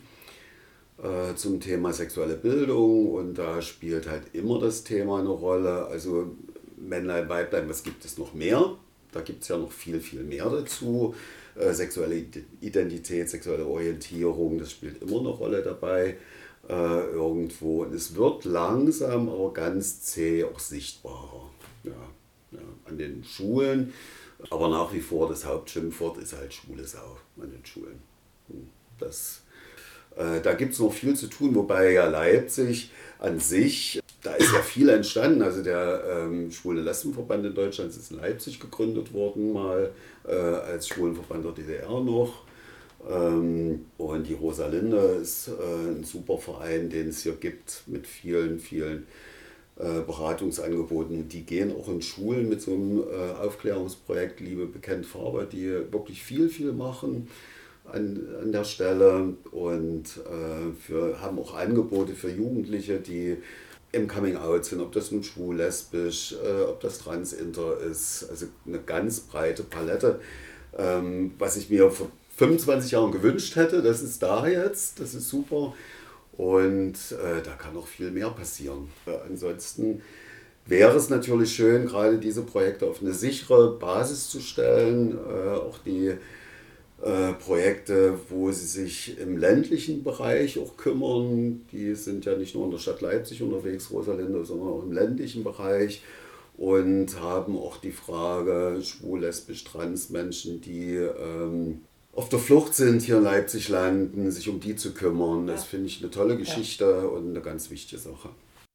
zum Thema sexuelle Bildung, und da spielt halt immer das Thema eine Rolle, also Männlein, Weiblein, was gibt es noch mehr? Da gibt es ja noch viel, viel mehr dazu. Äh, sexuelle Identität, sexuelle Orientierung, das spielt immer eine Rolle dabei äh, irgendwo. Und es wird langsam, aber ganz zäh auch sichtbarer, ja, ja, an den Schulen. Aber nach wie vor das Hauptschimpfwort ist halt schwule Sau an den Schulen. Das Da gibt es noch viel zu tun, wobei ja Leipzig an sich, da ist ja viel entstanden. Also der ähm, Schwule Lesbenverband in Deutschland ist in Leipzig gegründet worden, mal äh, als Schwulenverband der D D R noch. Ähm, und die Rosalinde ist äh, ein super Verein, den es hier gibt, mit vielen, vielen äh, Beratungsangeboten. Die gehen auch in Schulen mit so einem äh, Aufklärungsprojekt Liebe bekennt Farbe, die wirklich viel, viel machen an, an der Stelle, und äh, für, haben auch Angebote für Jugendliche, die im Coming-out sind, ob das nun schwul, lesbisch, äh, ob das transinter ist, also eine ganz breite Palette. Ähm, was ich mir vor fünfundzwanzig Jahren gewünscht hätte, das ist da jetzt, das ist super, und äh, da kann noch viel mehr passieren. Äh, ansonsten wäre es natürlich schön, gerade diese Projekte auf eine sichere Basis zu stellen, äh, auch die Äh, Projekte, wo sie sich im ländlichen Bereich auch kümmern. Die sind ja nicht nur in der Stadt Leipzig unterwegs, Rosalinde, sondern auch im ländlichen Bereich, und haben auch die Frage schwul, lesbisch, trans Menschen, die ähm, auf der Flucht sind, hier in Leipzig landen, sich um die zu kümmern. Das finde ich eine tolle Geschichte ja. und eine ganz wichtige Sache.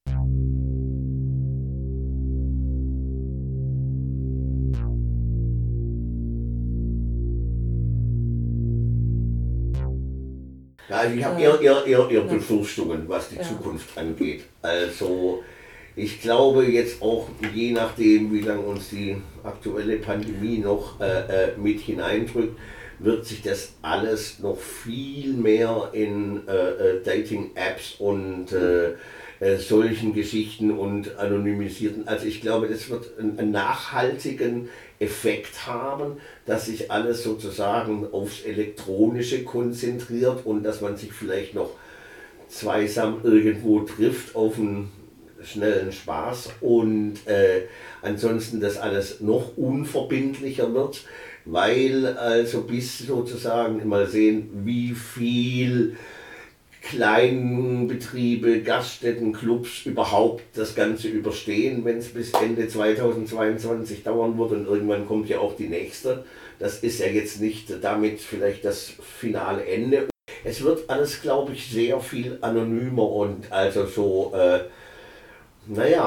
Ja, also ich habe eher, eher, eher, eher Befürchtungen, was die ja. Zukunft angeht. Also ich glaube jetzt auch, je nachdem, wie lange uns die aktuelle Pandemie noch äh, mit hineindrückt, wird sich das alles noch viel mehr in äh, Dating-Apps und äh, äh, solchen Geschichten und anonymisierten. Also ich glaube, das wird einen, einen nachhaltigen Effekt haben, dass sich alles sozusagen aufs Elektronische konzentriert und dass man sich vielleicht noch zweisam irgendwo trifft auf einen schnellen Spaß, und äh, ansonsten das alles noch unverbindlicher wird, weil also bis sozusagen mal sehen, wie viel Kleinbetriebe, Gaststätten, Clubs überhaupt das Ganze überstehen, wenn es bis Ende zweitausendzweiundzwanzig dauern wird, und irgendwann kommt ja auch die nächste. Das ist ja jetzt nicht damit vielleicht das finale Ende. Es wird alles, glaube ich, sehr viel anonymer und also so, äh, naja,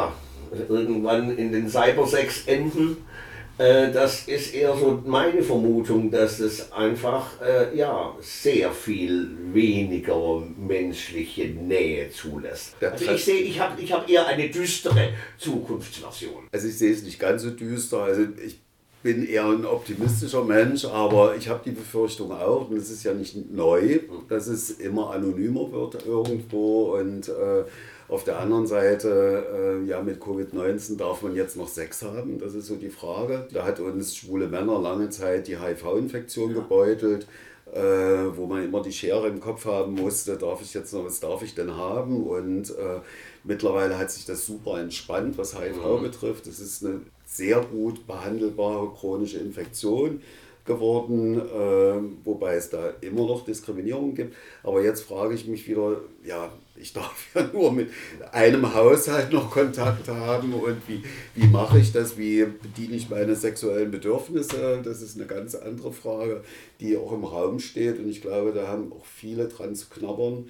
irgendwann in den Cybersex enden. Äh, das ist eher so meine Vermutung, dass es einfach äh, ja, sehr viel weniger menschliche Nähe zulässt. Also ich sehe, ich habe ich hab eher eine düstere Zukunftsversion. Also ich sehe es nicht ganz so düster. Also ich bin eher ein optimistischer Mensch, aber ich habe die Befürchtung auch, und es ist ja nicht neu, dass es immer anonymer wird irgendwo und äh, auf der anderen Seite, äh, ja, mit Covid neunzehn darf man jetzt noch Sex haben, das ist so die Frage. Da hat uns schwule Männer lange Zeit die H I V-Infektion ja. gebeutelt, äh, wo man immer die Schere im Kopf haben musste, darf ich jetzt noch, was darf ich denn haben? Und äh, mittlerweile hat sich das super entspannt, was H I V mhm. betrifft. Das ist eine sehr gut behandelbare chronische Infektion geworden, äh, wobei es da immer noch Diskriminierung gibt. Aber jetzt frage ich mich wieder, ja, ich darf ja nur mit einem Haushalt noch Kontakt haben und wie, wie mache ich das, wie bediene ich meine sexuellen Bedürfnisse, das ist eine ganz andere Frage, die auch im Raum steht und ich glaube, da haben auch viele dran zu knabbern,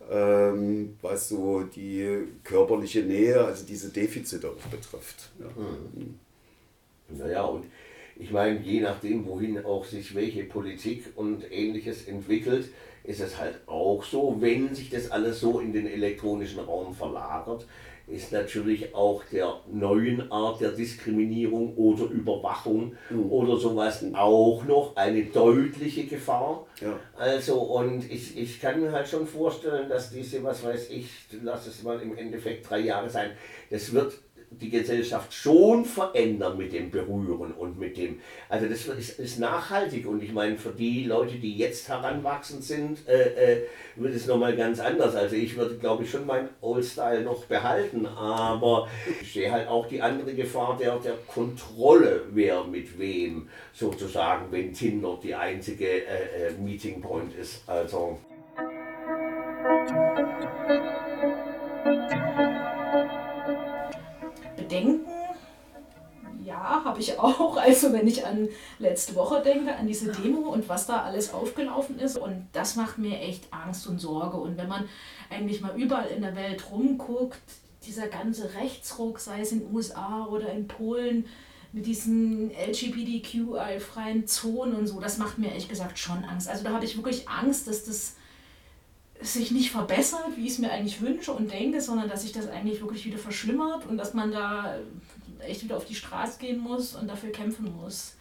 ähm, was so die körperliche Nähe, also diese Defizite auch betrifft. Ja. Mhm. Naja, und ich meine, je nachdem, wohin auch sich welche Politik und Ähnliches entwickelt, ist es halt auch so, wenn sich das alles so in den elektronischen Raum verlagert, ist natürlich auch der neuen Art der Diskriminierung oder Überwachung mhm. oder sowas auch noch eine deutliche Gefahr. Ja. Also, und ich, ich kann mir halt schon vorstellen, dass diese, was weiß ich, lass es mal im Endeffekt drei Jahre sein, das wird die Gesellschaft schon verändern mit dem Berühren und mit dem, also das ist, ist nachhaltig und ich meine für die Leute, die jetzt heranwachsend sind, äh, äh, wird es nochmal ganz anders. Also ich würde, glaube ich, schon meinen Old-Style noch behalten, aber ich sehe halt auch die andere Gefahr der, der Kontrolle, wer mit wem sozusagen, wenn Tinder die einzige äh, äh, Meeting Point ist. Also Denken, ja, habe ich auch. Also wenn ich an letzte Woche denke, an diese Demo und was da alles aufgelaufen ist. Und das macht mir echt Angst und Sorge. Und wenn man eigentlich mal überall in der Welt rumguckt, dieser ganze Rechtsruck, sei es in den U S A oder in Polen, mit diesen L G B T Q I-freien Zonen und so, das macht mir ehrlich gesagt schon Angst. Also da habe ich wirklich Angst, dass das sich nicht verbessert, wie ich es mir eigentlich wünsche und denke, sondern dass sich das eigentlich wirklich wieder verschlimmert und dass man da echt wieder auf die Straße gehen muss und dafür kämpfen muss.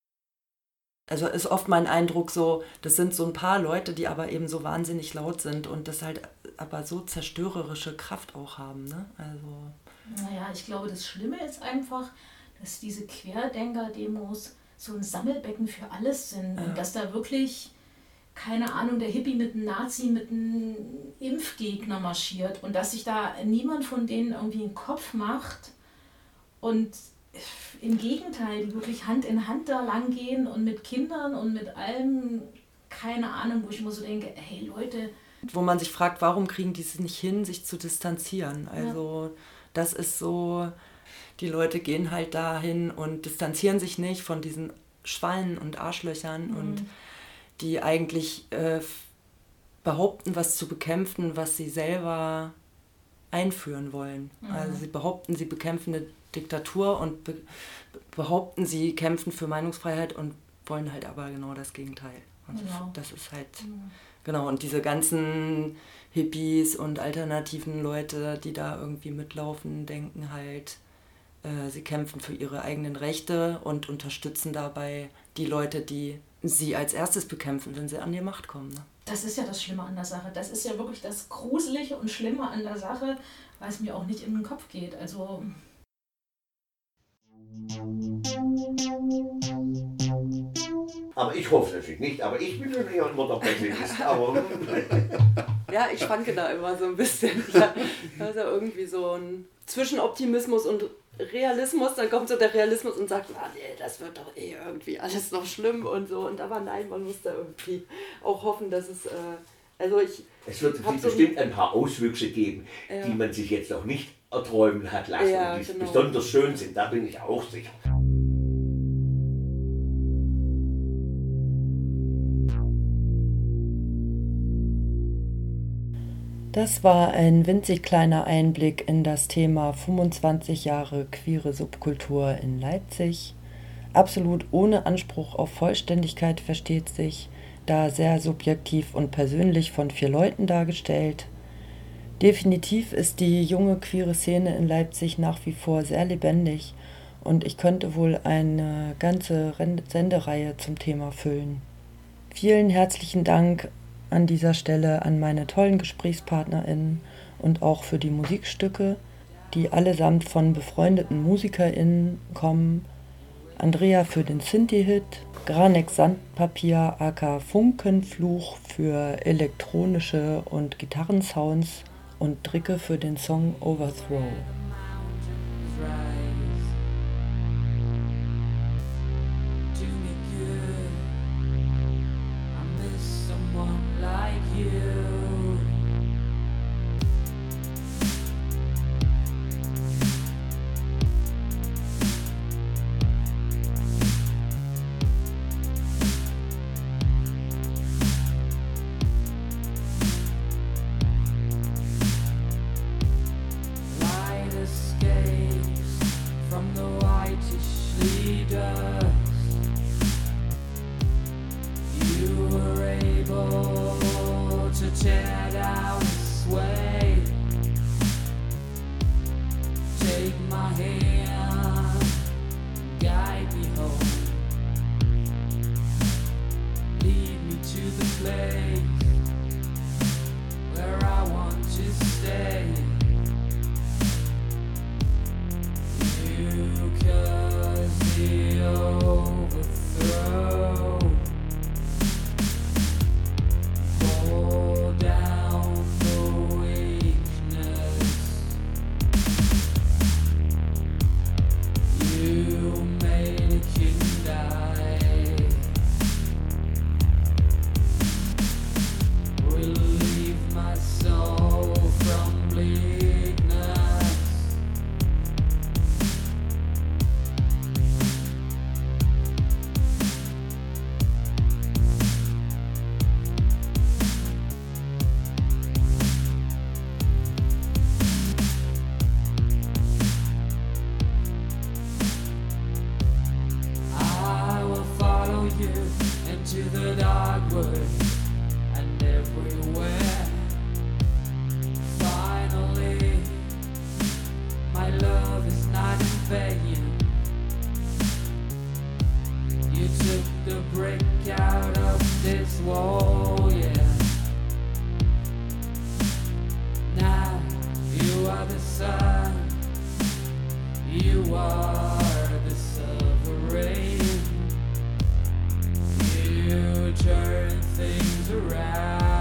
Also ist oft mein Eindruck so, das sind so ein paar Leute, die aber eben so wahnsinnig laut sind und das halt aber so zerstörerische Kraft auch haben. Ne? Also naja, ich glaube, das Schlimme ist einfach, dass diese Querdenker-Demos so ein Sammelbecken für alles sind ja. und dass da wirklich keine Ahnung, der Hippie mit einem Nazi, mit einem Impfgegner marschiert und dass sich da niemand von denen irgendwie einen Kopf macht und im Gegenteil, die wirklich Hand in Hand da lang gehen und mit Kindern und mit allem, keine Ahnung, wo ich immer so denke, hey Leute. Wo man sich fragt, warum kriegen die es nicht hin, sich zu distanzieren? Also ja. das ist so, die Leute gehen halt dahin und distanzieren sich nicht von diesen Schwallen und Arschlöchern mhm. und die eigentlich äh, behaupten, was zu bekämpfen, was sie selber einführen wollen. Mhm. Also sie behaupten, sie bekämpfen eine Diktatur und be- behaupten, sie kämpfen für Meinungsfreiheit und wollen halt aber genau das Gegenteil. Und genau. das ist halt, mhm. genau, und diese ganzen Hippies und alternativen Leute, die da irgendwie mitlaufen, denken halt, äh, sie kämpfen für ihre eigenen Rechte und unterstützen dabei die Leute, die sie als erstes bekämpfen, wenn sie an die Macht kommen. Ne? Das ist ja das Schlimme an der Sache. Das ist ja wirklich das Gruselige und Schlimme an der Sache, weil es mir auch nicht in den Kopf geht. Also aber ich hoffe natürlich nicht, aber ich bin schon eher immer der Pessimist. Aber ja, ich schwanke da immer so ein bisschen. Also irgendwie so ein Zwischenoptimismus und Realismus, dann kommt so der Realismus und sagt, ah, nee, das wird doch eh irgendwie alles noch schlimm und so. Und aber nein, man muss da irgendwie auch hoffen, dass es, äh, also ich... Es wird so bestimmt ein paar Auswüchse geben, ja. die man sich jetzt noch nicht erträumen hat lassen ja, und die genau. besonders schön sind, da bin ich auch sicher. Das war ein winzig kleiner Einblick in das Thema fünfundzwanzig Jahre queere Subkultur in Leipzig. Absolut ohne Anspruch auf Vollständigkeit, versteht sich, da sehr subjektiv und persönlich von vier Leuten dargestellt. Definitiv ist die junge queere Szene in Leipzig nach wie vor sehr lebendig und ich könnte wohl eine ganze Sendereihe zum Thema füllen. Vielen herzlichen Dank an dieser Stelle an meine tollen GesprächspartnerInnen und auch für die Musikstücke, die allesamt von befreundeten MusikerInnen kommen. Andrea für den Synthi-Hit, Granex Sandpapier aka Funkenfluch für elektronische und Gitarrensounds und Dricke für den Song Overthrow.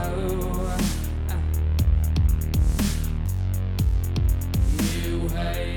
Hey